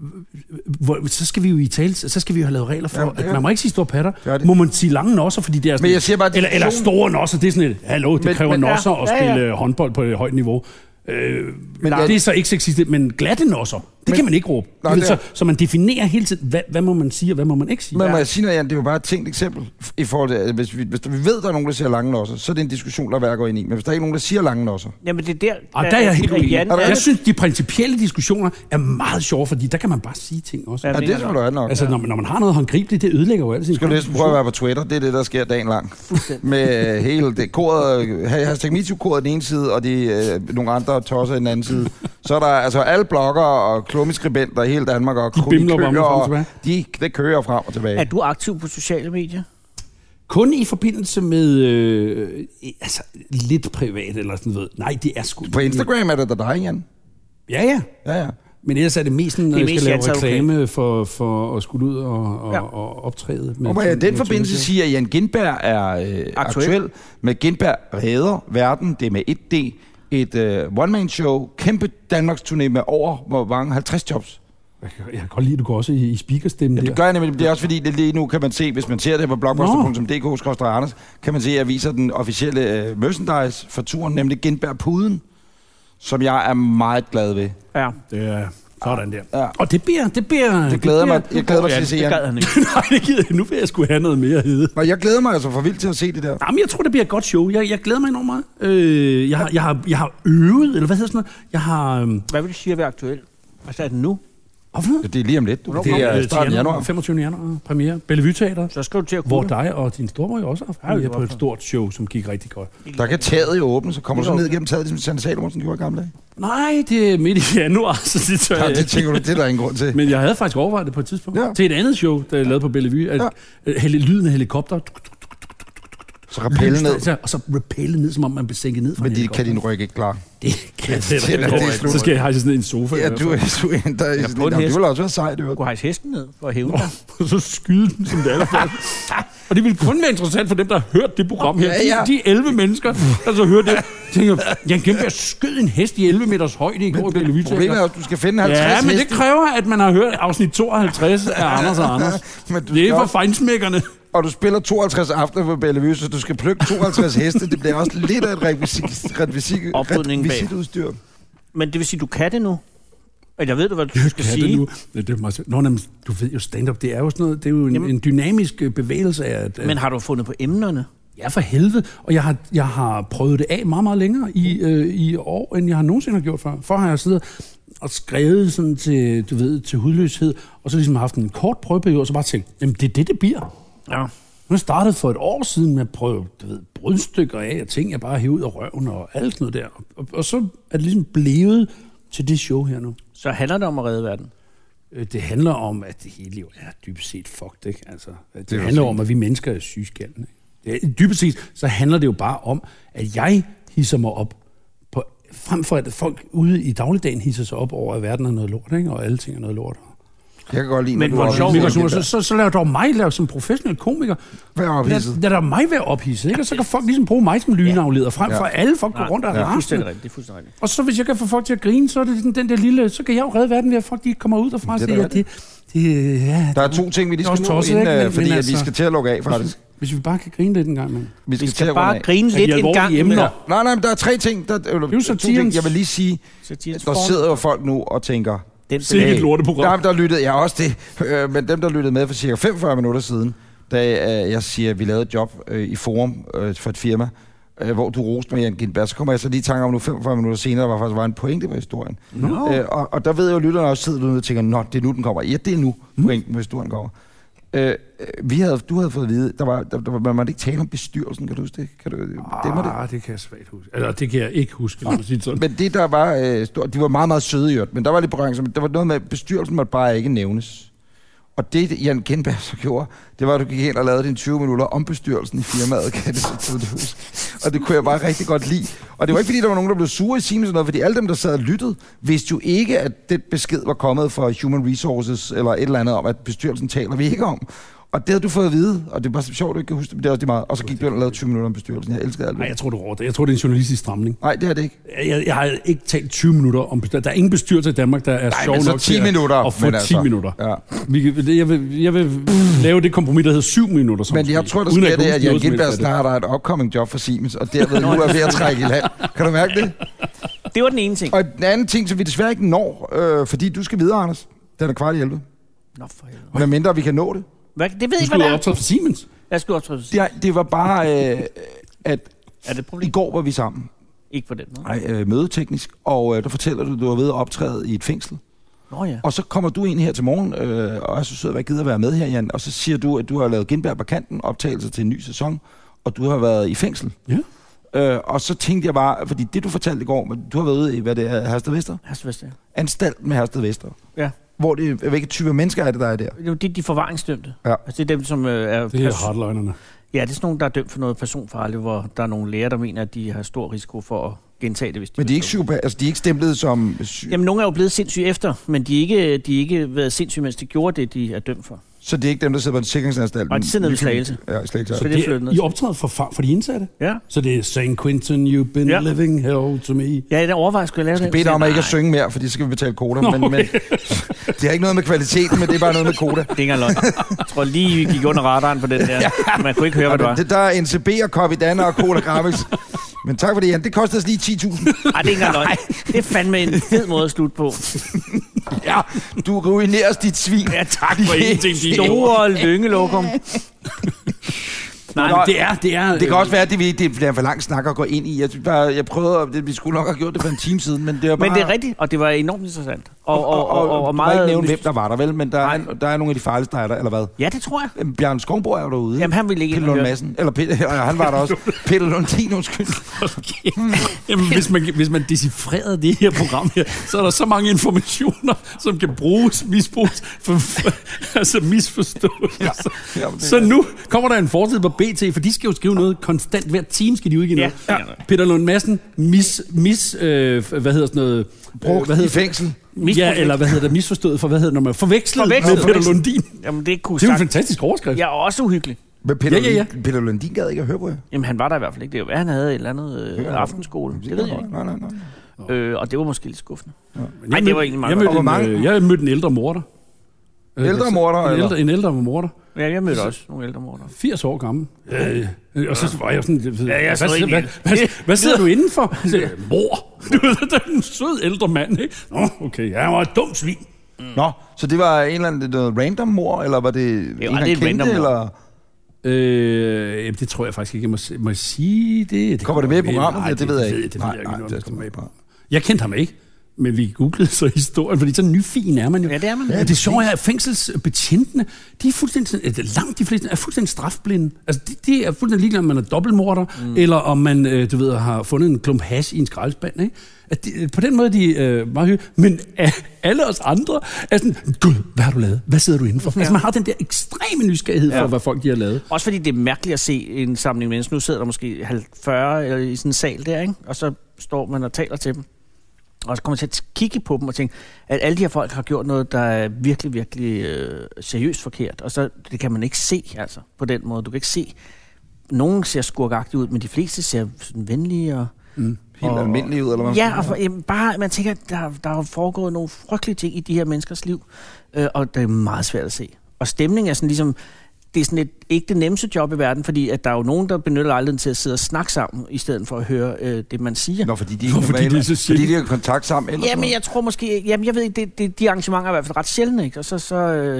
hvor, så skal vi jo i tale, så skal vi jo have lavet regler for, ja, at man må ikke sige store patter. Må man sige lange nosser, fordi det er sådan, men jeg siger bare, eller, eller store nosser, det er sådan et, hallo, det men, kræver men, nosser ja, at spille ja, ja. håndbold på et højt niveau. Øh, men det er så ikke sexistisk, men glatte nosser, det men, kan man ikke råbe. Nej, det så, så man definerer hele tiden, hvad, hvad må man sige, og hvad må man ikke sige. Men må jeg sige noget, Jan, det er jo bare et tænkt eksempel. I forhold til, at hvis vi, hvis vi ved, at der er nogen, der siger lange nosser, så er det en diskussion, der er værd at gå ind i. Men hvis der er ikke nogen, der siger lange nosser... Jamen det er der... Og der er jeg helt uenig. Jeg synes, de principielle diskussioner er meget sjove, fordi der kan man bare sige ting også. Ja, det er sgu da nok. Altså, når, når man har noget håndgribeligt, det ødelægger jo altid. Skal du næsten prøve at være på Twitter? Det er det, der sker dagen lang. Med hele det koret, hashtag MeToo-koret den ene side, og de, øh, nogle andre tosser i den anden side. Så er der altså alle bloggere og klummeskribenter i hele Danmark, og de bimler og de, de kører frem og tilbage. Er du aktiv på sociale medier? Kun i forbindelse med øh, altså, lidt privat eller sådan noget. Nej, det er sgu... På Instagram er det der dig, Jan? Ja, ja. ja, ja. Men ellers er det mest sådan, når jeg skal lave reklame okay. for, for at skulle ud og, og, ja. og optræde. Med og den forbindelse siger, at Jan Gintberg er øh, aktuel. aktuel med Gintberg redder verden. Det er med et D. Et øh, one-man-show. Kæmpe Danmarks turné med over hvor mange halvtreds jobs. Jeg kan, jeg kan godt lide, at du går også i, i speakerstemmen ja, det gør jeg nemlig. Det er også fordi, det lige nu kan man se, hvis man ser det på blogbuster punktum d k skråstreg anders, kan man se, at jeg viser den officielle øh, merchandise for turen, nemlig Gintberg-puden, som jeg er meget glad ved. Ja, det er sådan der. Ja. Og det bliver... Det, bliver, det glæder mig. Jeg glæder mig til at se. Det gad han ikke. Nej, det gider jeg. Nu vil jeg sgu have noget mere at hedde. Og jeg glæder mig altså for vildt til at se det der. Jamen, jeg tror, det bliver et godt show. Jeg, jeg glæder mig enormt meget. Øh, jeg, har, jeg, har, jeg har øvet, eller hvad hedder sådan noget? Jeg har... Øhm... Hvad vil du sige at være aktuel? Hvad er den nu? Det er lige om lidt. Du. Det er starten januar. femogtyvende januar, premiere. Bellevue Teater. Så skal du til at kunne. Hvor dig og din stormor jo også har haft ja, på et stort show, som gik rigtig godt. Der kan taget jo åbne, så kommer du så ned igennem taget, ligesom Sanne Salomonsen gjorde i gamle dage. Nej, det er midt i januar, så det tør ja, jeg det tænker du, det er der ingen grund til. Men jeg havde faktisk overvejet det på et tidspunkt. Ja. Til et andet show, der jeg lavede på Bellevue. At ja. heli- lyden af helikopter. Så rappelle ned. Og så rappelle ned, som om man bliver sænket ned fra. Men det kan din ryg ikke klare. Det kan det, det, det, det Så skal jeg hejse sådan en sofa. Ja, du, du, du, der, ja, du, du vil også være sej, du. Du kan hejse hesten ned for at hæve dig. Og så skyde den, som det allerførste. Og det vil kun være interessant for dem, der har hørt det program her. Ja, ja. De, de elleve mennesker, der så hører det, tænker, Jan Gintberg skød en hest i elleve meters højde i går i Bellevue. Problemet er, at du skal finde halvtreds heste. Ja, men heste. det kræver, at man har hørt afsnit tooghalvtreds af Anders og Anders. Det er for fejnsmækkerne. Og du spiller tooghalvtreds aftener på Bellevue, så du skal plukke tooghalvtreds heste. Det bliver også lidt af et rekvisitudstyr. Men det vil sige, du kan det nu? Og jeg ved du, hvad du skal sige. Det nu. Det er meget, Nå, jamen, du ved jo, stand-up, det er jo sådan noget, det er jo en, en dynamisk bevægelse af... At, men har du fundet på emnerne? Ja, for helvede. Og jeg har, jeg har prøvet det af meget, meget længere i, øh, i år, end jeg har nogensinde har gjort før. Før har jeg siddet og skrevet sådan til, du ved, til hudløshed, og så ligesom haft en kort prøveperiode, og så bare tænkt, jamen det er det, det bliver. Ja. Nu startede for et år siden med at prøve, du ved, brudstykker af, og ting, jeg bare hævde ud af røven og alt sådan noget der. Og, og så er det ligesom blevet til det show her nu. Så handler det om at redde verden? Det handler om, at det hele jo er dybest set fucked, ikke? Altså, det, det handler om, at vi mennesker er sygeskalden, ikke? Dybest set, så handler det jo bare om, at jeg hisser mig op, på, frem for at folk ude i dagligdagen hisser sig op over, at verden er noget lort, ikke? Og alle ting er noget lort. Jeg kan godt lide, men hvor sjovt, så, så, så, så lader dog mig lave som professionel komiker. Vær ophidset. Lad, lad der mig være ophidset, ikke? Og så kan folk ligesom bruge mig som lynafleder, frem for ja. alle folk går rundt og ja, rasende. Det er fuldstændig rigtigt. Og så hvis jeg kan få folk til at grine, så er det den, den der lille, så kan jeg jo redde verden ved, at folk de kommer ud derfra og siger, ja, det, det, ja, der er to ting, vi lige skal nå, inden, fordi altså, vi skal til at lukke af, faktisk. Hvis vi bare kan grine lidt en gang, men. Vi skal, vi skal bare grine lidt en gang. Nej, nej, men der er tre ting. Der, det er jo to ting, jeg vil lige sige. Der sidder jo folk nu og tænker, det er et lorteprogram. Der, der lyttede, jeg også det, øh, men dem, der lyttede med for cirka femogfyrre minutter siden, da øh, jeg siger, at vi lavede et job øh, i Forum øh, for et firma, øh, hvor du roste med Jan Gintberg, så kommer jeg så lige i tanke om nu femogfyrre minutter senere, der var faktisk var en pointe på historien. No. Øh, og, og der ved jeg jo, at lytterne også sidder derude og tænker, nå, det er nu, den kommer. Ja, det er nu, mm. pointen på historien kommer. Øh, vi havde, du havde fået at vide, der var, der, der var, man måtte ikke tale om bestyrelsen, kan du huske det? Kan du, Ah, det, må det? det kan jeg svagt huske. Altså, det kan jeg ikke huske, lad mig sige sådan. Men det der var, øh, stort, de var meget, meget søde i øvrigt, men der var lidt berøring, der var noget med, bestyrelsen måtte bare ikke nævnes. Og det, Jan Gintberg så gjorde, det var, at du gik ind og lavede dine tyve minutter om bestyrelsen i firmaet, kan det så tydeligt huske. Og det kunne jeg bare rigtig godt lide. Og det var ikke, fordi der var nogen, der blev sure i Siemens, fordi alle dem, der sad og lyttede, vidste jo ikke, at det besked var kommet fra Human Resources eller et eller andet om, at bestyrelsen taler vi ikke om. Og det havde du fået at vide, og det er bare sjovt, at du ikke kan huske det, men det er også det meget. Og så gik du ind og lavede tyve minutter om bestyrelsen. Jeg elskede alt det. Nej, jeg tror, du er det. Jeg tror, det er en journalistisk stramning. Nej, det er det ikke. Jeg, jeg har ikke talt tyve minutter om bestyrelsen. Der er ingen bestyrelse i Danmark, der er Nej, sjov men så nok ti til minutter, at, at få men ti altså, minutter. Ja. Vi, jeg, vil, jeg vil lave det kompromis, der hedder syv minutter. Som Men jeg tror, der sker det, at Jan Gintberg snart har et upcoming job for Siemens, og derved nu er ved at trække i land. Kan du mærke det? Det var den ene ting. Og den anden ting, som vi desværre ikke når, øh, fordi du skal videre, Anders. Den er kvart i elleve. Nå for helvede. Hvad mindre vi kan nå det. Hvad, det ved Du jeg ikke, skulle hvad have det er. optaget for Siemens. Jeg skulle optræde. Det, det var bare, øh, at Er det et problem? i går var vi sammen. Ikke på den måde. Nej, øh, mødeteknisk. Og øh, der fortæller du, at du var ved at optræde i et fængsel. Nå ja. Og så kommer du ind her til morgen, øh, og jeg så sød, at jeg gider at være med her, Jan. Og så siger du, at du har lavet Gintberg på kanten, optagelse til en ny sæson, og du har været i fængsel. Ja. Øh, og så tænkte jeg bare, fordi det du fortalte i går, du har været ude i, hvad det er, Herstedvester? Herstedvester. Anstalt med Herstedvester. Ja. Hvor det, hvilke typer mennesker er det, der er der? Det er jo de, de forvaringsdømte. Ja. Altså det er dem, som øh, er... Det er pers- hardlinerne. Ja, det er sådan nogle, der er dømt for noget personfarligt, hvor der er nogle læger, der mener, at de har stor risiko for at gentage det, hvis de... Men de er ikke psykopat, altså de er ikke stemplet som syg. Jamen, nogle er jo blevet sindssyge efter, men de er ikke, de er ikke været sindssyge, mens de gjorde det, de er dømt for. Så det er ikke dem, der sidder på en sikringsanstalt? Nej, de sidder nede i Slagelse. Ja, i Slagelse. Så Så det er det, flyttet ned I til. optræder for, for, for de indsatte? Ja. Så det er Saint Quentin, you've been Ja. living hell to me. Ja, jeg overvejer, skulle jeg lave det. Jeg beder dig om at ikke at synge mere, fordi så skal vi betale koda. Nå, Men, okay. men det har ikke noget med kvaliteten, men det er bare noget med koda. Det er ikke engang løgn. Jeg tror lige, vi gik under radaren på den der. Man kunne ikke høre, hvad det var. Det der er N C B og Covidana og Cola Gravis. Men tak for det, Jan. Det kostede os lige ti tusind. Ej, det er ikke engang løgn. Det er fandme en fed måde at slutte på. Ja, du ruineres dit svin. Ja, tak for ingenting. Store lyngelokum. Nej, Nå, men det er... Det, er, Det kan også være, at det, vi- det bliver for lang snak at gå ind i. Jeg, synes bare, jeg prøvede, at det, vi skulle nok have gjort det for en time siden, men det var bare... Men det er rigtigt, og det var enormt interessant. Og, og, og, og, og du må ikke meget... nævne, hvem der var der, vel? Men der er, der er nogle af de farligste, der er der, eller hvad? Ja, det tror jeg. Bjørn Skongborg er jo derude. Jamen, han ville ikke Peter ind og Lund høre. Madsen. Eller Peter, ja, han var der også. Peter Lundin, undskyld. Jamen, hvis man, hvis man decifrerede det her program her, så er der så mange informationer, som kan bruges, misbruges, for, for, altså misforstås. Ja, jamen, det Så er- nu kommer der en forside på B T, for de skal jo skrive noget konstant. Hver time skal de udgive Ja, noget. ja. Peter Lund Madsen, mis, mis øh, hvad hedder sådan noget? Brugt hvad i hedder, fængsel. ja, eller hvad hedder det? Misforstået for, hvad hedder det, når man forvekslet, Forvekslet. med Peter Lundin. Jamen, det kunne Det er jo en sagt. fantastisk overskrift. Jeg er også uhyggelig. Men Peter, Ja, ja, ja. Lund- Peter Lundin gad ikke at høre på jer. Jamen, han var der i hvert fald ikke. Det var, han havde et eller andet øh, aftenskole. Det ved jeg ikke. Nej, nej, nej. Øh, og det var måske lidt skuffende. Men Ej, jeg det var mødte- egentlig meget jeg godt. mødte, Og hvor en, mange- øh, jeg mødte en ældre morder. Øh, Ældre morder, en eller? ældre, en ældre morder. Ja, jeg mødte også nogle ældre morder. firs år gammel. Øh, og så var jeg sådan... Ja, jeg så hvad, ikke hvad, helt. hvad, hvad sidder du indenfor? Så sagde jeg, mor! Du ved, der er en sød ældre mand, ikke? Nå, okay, jeg var et dumt svin. Nå, så det var en eller anden noget random mor, eller var det en, det er han et kendte, random mor. eller? Øh, jamen, det tror jeg faktisk ikke, jeg må, må jeg sige det. det Kommer det med i programmet? Nej, Ja, det ved jeg ikke. Det, det Nej, ved jeg ikke, nej, noget, det det er kommer med i programmet. Jeg kendte ham ikke, men vi googlede så historien, fordi sådan en ny fin er man jo. Ja, det er man. Ja, det sjove er, at fængselsbetjentene, de er fuldstændig, øh, langt de fleste er fuldstændig strafblinde. Altså, de, de er fuldstændig ligeglade, om man er dobbeltmorder, mm. eller om man, øh, du ved, har fundet en klump hash i en skraldespand, ikke? At de, på den måde de øh, meget hyggelige. Men øh, alle os andre er sådan, gud, hvad har du lavet? Hvad sidder du indenfor? Ja. Altså, man har den der ekstreme nysgerrighed for, Ja. hvad folk de har lavet. Også fordi det er mærkeligt at se en samling mennesker. Nu sidder der måske fyrre eller i sådan en sal der, ikke? Og så står man og taler til dem. Og så kommer man til at kigge på dem og tænke, at alle de her folk har gjort noget, der er virkelig, virkelig øh, seriøst forkert. Og så det kan man ikke se, altså, på den måde. Du kan ikke se, nogen ser skurkagtige ud, men de fleste ser sådan venlige og... Mm. Helt Og- almindelig ud, eller hvad? Ja, og for, jamen, bare, man tænker, der, der er foregået nogle frygtelige ting i de her menneskers liv, øh, og det er meget svært at se. Og stemningen er sådan ligesom, det er sådan et, ikke det nemmeste job i verden, fordi at der er jo nogen, der benytter lejligheden til at sidde og snakke sammen, i stedet for at høre øh, det, man siger. Nå, fordi de, Nå, Nå, fordi fordi, det er så fordi sjældent. de har kontakt sammen. Eller Jamen, jeg tror måske, jamen, jeg ved ikke, det, det, de arrangementer er i hvert fald ret sjældne, ikke? Og så, så øh,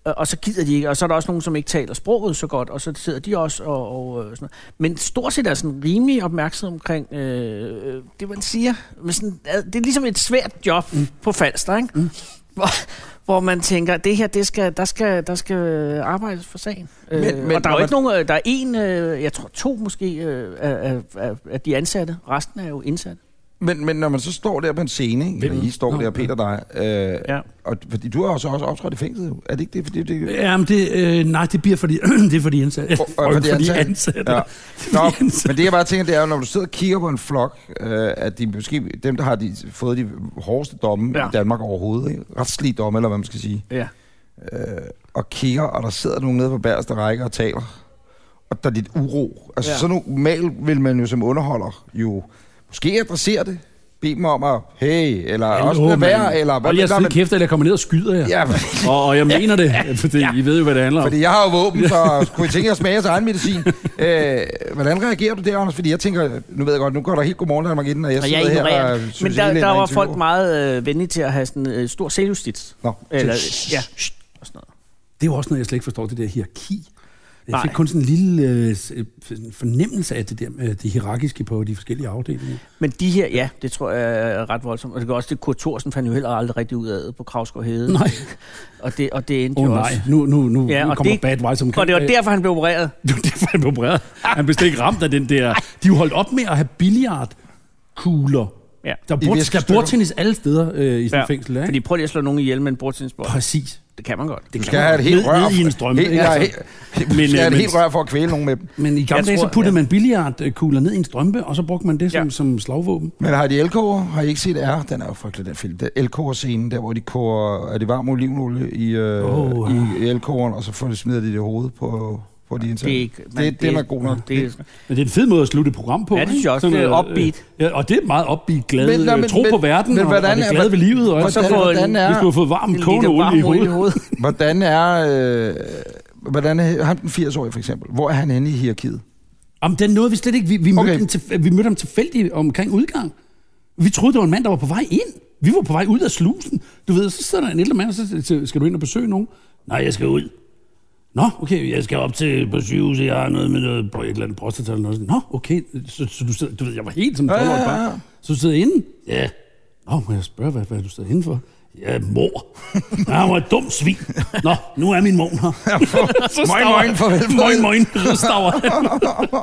Og så gider de ikke, og så er der også nogen, som ikke taler sproget så godt, og så sidder de også og, og sådan noget. Men stort set er sådan rimelig opmærksom omkring øh, det, man siger. Men sådan, det er ligesom et svært job mm. på Falster, ikke? Mm. Hvor, hvor man tænker, det her, det skal, der, skal, der skal arbejdes for sagen. Men, øh, men, og der er jo ikke nogen, der er en, øh, jeg tror to måske, øh, af, af, af de ansatte. Resten er jo indsatte. Men, men når man så står der på en scene, ikke? Eller I står Nå, der, Peter dig, øh, ja. Og fordi du har også, også optrådt i fængslet, jo. Er det ikke det? Fordi det Jamen, det, øh, nej, det bliver fordi, det er for de ansatte. For, for, for de ansatte? ansatte. Ja. Nå, men det jeg bare tænker, det er jo, når du sidder og kigger på en flok, øh, at de måske, dem, der har de, fået de hårdeste domme ja. i Danmark overhovedet, ikke? Retslige domme, eller hvad man skal sige, ja. øh, og kigger, og der sidder nogen nede på bagerste række og taler, og der er lidt uro. Altså, ja. så normalt vil man jo som underholder jo måske adressere det, bede dem om at, hey, eller Hallo, også med være, eller... Hold jeg sidder kæft, eller jeg kommer ned og skyder jer. Ja, for... og, og jeg mener det, fordi ja. I ved jo, hvad det handler om. Fordi jeg har jo våben, så kunne I tænke jer at smage jeres egen medicin. Øh, hvordan reagerer du der, Anders? Fordi jeg tænker, nu ved jeg godt, nu går der helt godmorgen, Danmark inden, og jeg sidder jeg her og... Men der, der var folk meget øh, venlige til at have sådan en øh, stor selvjustits. Nå. Eller, ja, og sådan noget. Det er jo også noget, jeg slet ikke forstår, det der hierarki. Jeg fik kun sådan en lille øh, fornemmelse af det der med det hierarkiske på de forskellige afdelinger. Men de her, ja, det tror jeg er ret voldsomt. Og det går også, det Kurt Thorsen fandt jo heller aldrig rigtig ud af på Kravsgaard Hede. Nej. Og det, og det endte oh, jo nej. også. Nu, nu, nu, ja, nu kommer det, bad vejs omkring. Og det var derfor, han blev opereret. Det var derfor, han blev opereret. Han blev ikke ramt af den der... De er holdt op med at have billiardkugler. Ja. Der er bordtennis alle steder øh, i sådan ja. fængsel. Ikke? Fordi prøv lige at slå nogen ihjel med en bordtennisbold. Præcis. Det kan man godt. Det du skal have et helt rør. Ned i en strømpe. Helt, ja, helt, du skal have et helt rør for at kvæle nogen med dem. Men i gamle dage, så puttede ja. man billiardkugler ned i en strømpe, og så brugte man det som, ja. som slagvåben. Men har de L K'er? Har I ikke set R? Den er jo frygtelig, den film. L K'er-scenen, der hvor de koger, er det varm olivenolie i, øh, oh, i, i L K'eren, og så får de smider de det i hovedet på... De det, er ikke, det, det, det er god nok. Det er, men det er en fed måde at slutte et program på. Ja, det synes jeg også. Det er upbeat. Ja, og det er meget upbeat, glad, men, nej, men, tro men, på verden, men, og, og det er glad ved livet. Og hvordan, så hvordan er, hvis du har fået varm kogende olie i hovedet. hovedet. Hvordan er, øh, hvordan er han den firs-årige for eksempel? Hvor er han henne i hierarkiet? Jamen, det er noget, vi slet ikke... Vi, vi, okay. mødte, til, vi mødte ham tilfældigt omkring udgang. Vi troede, det var en mand, der var på vej ind. Vi var på vej ud af slusen. Du ved, så sidder der en ældre mand, og så skal du ind og besøge nogen. Nej, jeg skal ud. Nå, okay, jeg skal op til på sygehuset, jeg har noget med noget, et eller andet prostata eller noget. Nå, okay, så, så du sidder, du ved, jeg var helt som tolv år ja, ja, ja. Så du sidder inde? Ja. Nå, må jeg spørge, hvad, hvad du sidder inde for? Ja, mor. Jeg var et dumt svin. Nå, nu er min mor her. Moin, moin, farvel. Moin, moin, så staver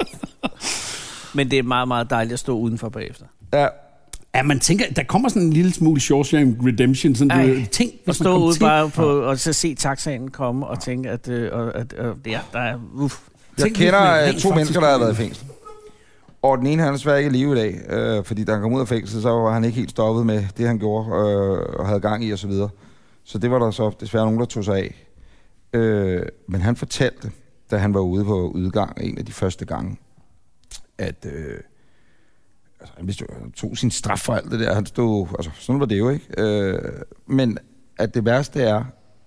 Men det er meget, meget dejligt at stå udenfor bagefter. Ja. Ja, man tænker, der kommer sådan en lille smule Shawshank Redemption, sådan Ej, du ting, at stå ude bare på, og så se taxaen komme, og tænke, at, øh, at, at, at ja, der er, uff. Jeg tænk, kender to mennesker, der har været i fængsel. Og den ene, han er desværre ikke i live i dag, øh, fordi da han kom ud af fængsel, så var han ikke helt stoppet med det, han gjorde, øh, og havde gang i, og så videre. Så det var der så desværre nogen, der tog sig af. Øh, men han fortalte, da han var ude på udgang, en af de første gange, at... Øh, Altså, han vidste jo, han tog sin straf for alt det der. Han stod, altså, sådan var det jo, ikke? Øh, men at det værste er,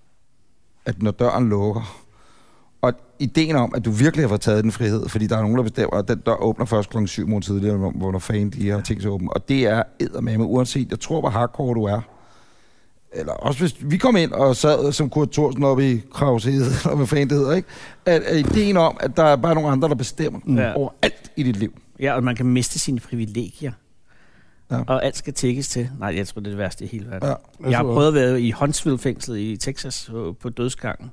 at når døren lukker, og ideen om, at du virkelig har fået taget den frihed, fordi der er nogen, der bestemmer, at den dør åbner først klokken syv måneder tidligere, hvor der fan de har tænkt sig åbent. Og det er eddermame, uanset, jeg tror, hvor hardcore du er. Eller også hvis vi kom ind og sad som Kurt Thorsen oppe i Kravshed, eller hvad fanden det hedder, ikke? At, at ideen om, at der er bare nogle andre, der bestemmer mm. over alt i dit liv. Ja, og man kan miste sine privilegier. Ja. Og alt skal tækkes til. Nej, jeg tror, det er det værste i hele verden. Ja, jeg, jeg har prøvet at være i Huntsville-fængslet i Texas på dødsgangen.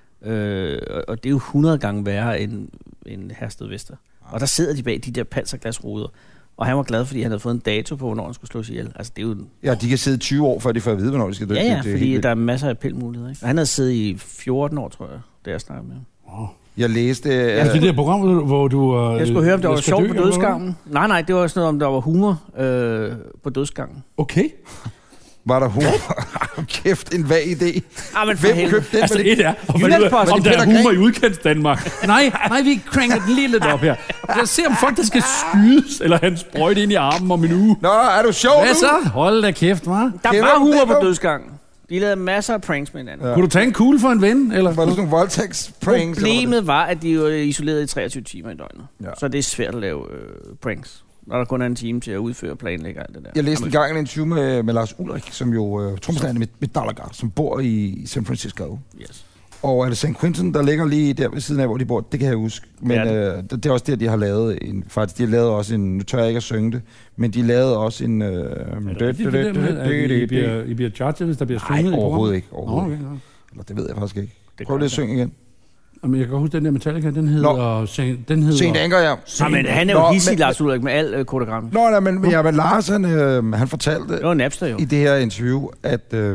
Øh, og det er jo hundrede gange værre end, end Hersted Vester. Ja. Og der sidder de bag de der panserglasruder. Og han var glad, fordi han havde fået en dato på, hvornår han skulle slås ihjel. Altså, det er jo... Ja, de kan sidde tyve år, før de får at vide, hvornår de skal dø. Ja, ja, det, fordi der er masser af appelmuligheder. Ikke? Og han havde siddet i fjorten år, tror jeg, da jeg snakkede med ham. Oh. Jeg læste... Uh... Ja, det der program, hvor du... Uh, jeg skulle høre, om der var sjov på dødsgangen. Nej, nej, det var sådan noget, om der var humor øh, på dødsgangen. Okay. Var der humor? Kæft, en vag idé. Ah, men hvem købte den? Altså, et er, om, om, om der er humor i udkants Danmark. Nej, nej, vi cranker den lige lidt op her. Jeg ser om folk, der skal skydes, eller han sprøjte ind i armen om en uge. Nå, er du sjov nu? Hvad så? Hold da kæft, hva'? Der var humor på dødsgangen. De lavede masser af pranks med hinanden. Ja. Kunne du tage en kugle for en ven? Eller? Var det sådan nogle voldtægtspranks? Problemet var, at de var isoleret i treogtyve timer i døgnet. Ja. Så det er svært at lave øh, pranks. Når der kun er en time til at udføre og planlægge alt det der. Jeg læste en gang en interview med, med Lars Ulrik, som jo uh, trommeslageren med, med Dalagar, som bor i San Francisco. Yes. Og er det Saint Quentin, der ligger lige der ved siden af, hvor de bor? Det kan jeg huske. Men Ja, øh, det. det er også der, de har lavet en... Faktisk, de har lavet også en... Nu tør jeg ikke at synge det, men de lavede også en... Øh, Er det rigtigt, det der med, at I bliver, I bliver charged, hvis der bliver Nej, sunget i overhovedet ikke. programmet? Overhovedet Nå, okay, ikke. Eller, det ved jeg faktisk ikke. Det Prøv gør lige at jeg. synge igen. Jamen, jeg kan godt huske, den der Metallica, den hedder... Saint- Den hedder... Saint Anger, ja. Nå, men han er jo Nå, hissig, men- Lars Ulrik, med al øh, kodogram. Nå, nej, men, ja, men Lars, han, øh, han fortalte Det var Napster jo. i det her interview, at øh,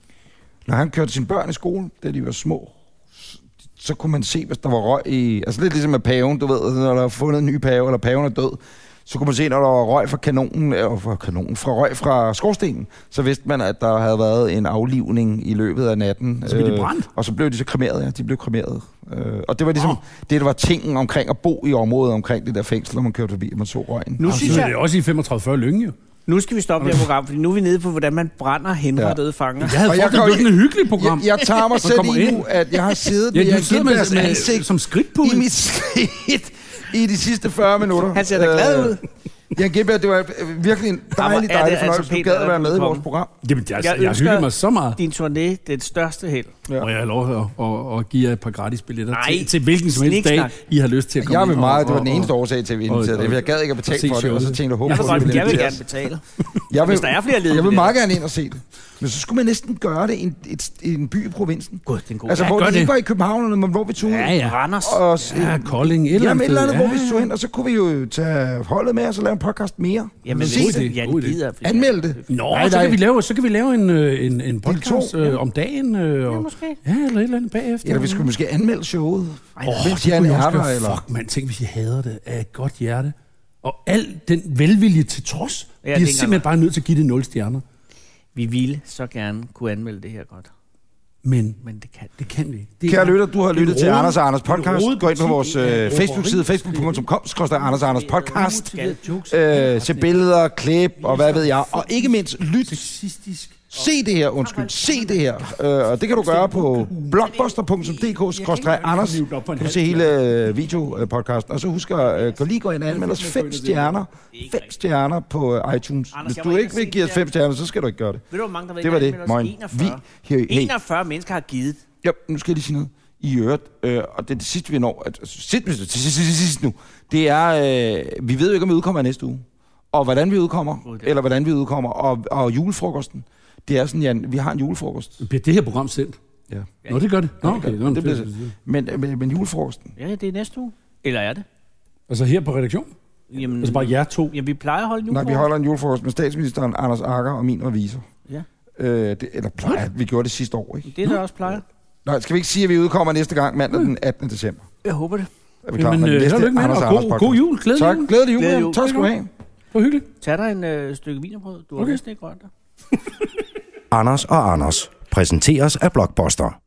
når han kørte sine børn i skole, da de var små, s- så kunne man se, hvis der var røg i... Altså lidt ligesom med paven, du ved, når der er fundet en ny pave, eller paven er død, så kunne man se, når der var røg fra kanonen, eller fra kanonen, fra røg fra skorstenen, så vidste man, at der havde været en aflivning i løbet af natten. Og så blev de brændt? Og så blev de så kremeret, ja. De blev kremeret. Øh, og det var ligesom, oh. det der var tingen omkring at bo i området omkring det der fængsel, når man kørte forbi, og man så røgen. Nu Og så synes er jeg, det også i femogtredive fyrre Lynge, jo. nu skal vi stoppe det her program, fordi nu er vi nede på, hvordan man brænder henrettede fanger. Jeg havde Og jeg fået det kan blev jo- sådan et hyggeligt program. Jeg, jeg tager mig Man selv kommer i ind. nu, at jeg har siddet Ja, med du Jan sidder med, Gindbergs med, ansigt som skridtpude. i mit skridt i de sidste fyrre minutter. Han ser da glad ud. Jan Gindberg, det var virkelig en dejlig, Jamen, er det dejlig altså fornøjelse, du Peter, gad at være at med du i kom? vores program. Jamen, jeg, Jeg jeg, jeg ønsker- hygger mig så meget. Din turné, det største held. Ja. Og jeg har lov at, at, at give jer et par gratis billetter Nej, til, til hvilken som helst dag, sniksnak. I har lyst til at komme Jeg vil ind meget, og- det var den og- eneste årsag til, at vi inviterede og- det. Jeg gad ikke at betale og se for det, og så showet. tænkte jeg, håber Jeg på, vil, at godt, vi jeg vil inviterer gerne os. betale. Jeg vil, Hvis der er flere ledige jeg vil billetter. meget gerne ind og se det. Men så skulle man næsten gøre det i en, et, i en by i provinsen. Gud, det er en god Altså, idé. hvor gør det det. ikke var i København, men hvor vi tog ud. Ja, ja. Randers. Og, Ja, Kolding, et eller Jamen andet et eller andet, sted. hvor vi Ja, tog hen, og så kunne vi jo tage holdet med, og så lave en podcast mere. Jamen, Se hvis det. Jan God idé. gider. Anmeld det. Nå, Nej, så nej. kan vi lave, så kan vi lave en, øh, en, en podcast to, øh, om dagen. Øh, og, Ja, måske. Ja, eller et eller andet bagefter. Eller vi skulle måske anmelde showet. Ej, Åh, nej. Mens det Jan kunne jeg er også der, gøre. eller? Fuck, man, tænk, hvis I hader det af et godt hjerte. Og al den velvilje til trods, Ja, ja, det vi er er ikke simpelthen engang- bare nødt til at give det nul stjerner. Vi ville så gerne kunne anmelde det her godt. Men Men det kan det kan vi. Det Kære er- lytter, du har det er lyttet en til rodet- Anders og Anders det er en podcast. rodet Gå ind på butik vores i, øh, øh, Facebook-side, overhovedet. facebook punktum com skråstreg Anders og Anders podcast. Umotiverede jokes. Øh, se billeder, klip og hvad ved jeg. Og ikke mindst, lyt. Sexistisk. Se det her, undskyld. Se det her. Øh, og det kan du gøre på blockbuster punktum d k skråstreg Anders. Kan du se hele øh, videopodcasten. Og så husk at øh, gå lige gå ind og anmelde os fem stjerner. Fem stjerner på øh, iTunes. Anders, Hvis jeg du må ikke ikke vil se give os det fem stjerner, så skal du ikke gøre det. Ved du, hvor mange der vil Det var det. anmelde os? Moin. enogfyrre. Vi, hey, hey. enogfyrre mennesker har givet. Ja, nu skal jeg lige sige noget. I øvrigt, øh, og det er det sidste, vi når, at, altså, sidst, sidst, sidst, sidst, sidst nu, det er, øh, vi ved jo ikke, om vi udkommer næste uge. Og hvordan vi udkommer, God idé. eller hvordan vi udkommer, og, og julefrokosten. Det er sådan, Jan, vi har en julefrokost. Bliver det her program sendt? Ja. Nå, det gør det. Nå, Ja, det gør okay. det. Nå, Det bliver fedt. det. Men, men, men julefrokosten, Ja, det er næste uge. Eller er det? Altså her på redaktion? Jamen, Altså bare jer to? ja, vi plejer at holde nej, julefrokost. vi holder en julefrokost med statsministeren, Anders Agger og min revisor. Ja. Øh, det, eller plejer, vi gjorde det sidste år, ikke? Det er der også plejer. Nej, skal vi ikke sige, at vi udkommer næste gang mandag den attende december? Jeg håber det. Er vi klar Jamen, med den øh, næste held og lykke med det, Anders og Anders god, podcast? god jul. Glædelig Tak, jul. glædelig jul. Glædelig Jan. jul. Tak skal du have. Det var hyggeligt. Tag dig en øh, stykke wienerbrød. Du har Okay. næsten ikke rørt dig. Anders og Anders præsenteres af Blockbuster.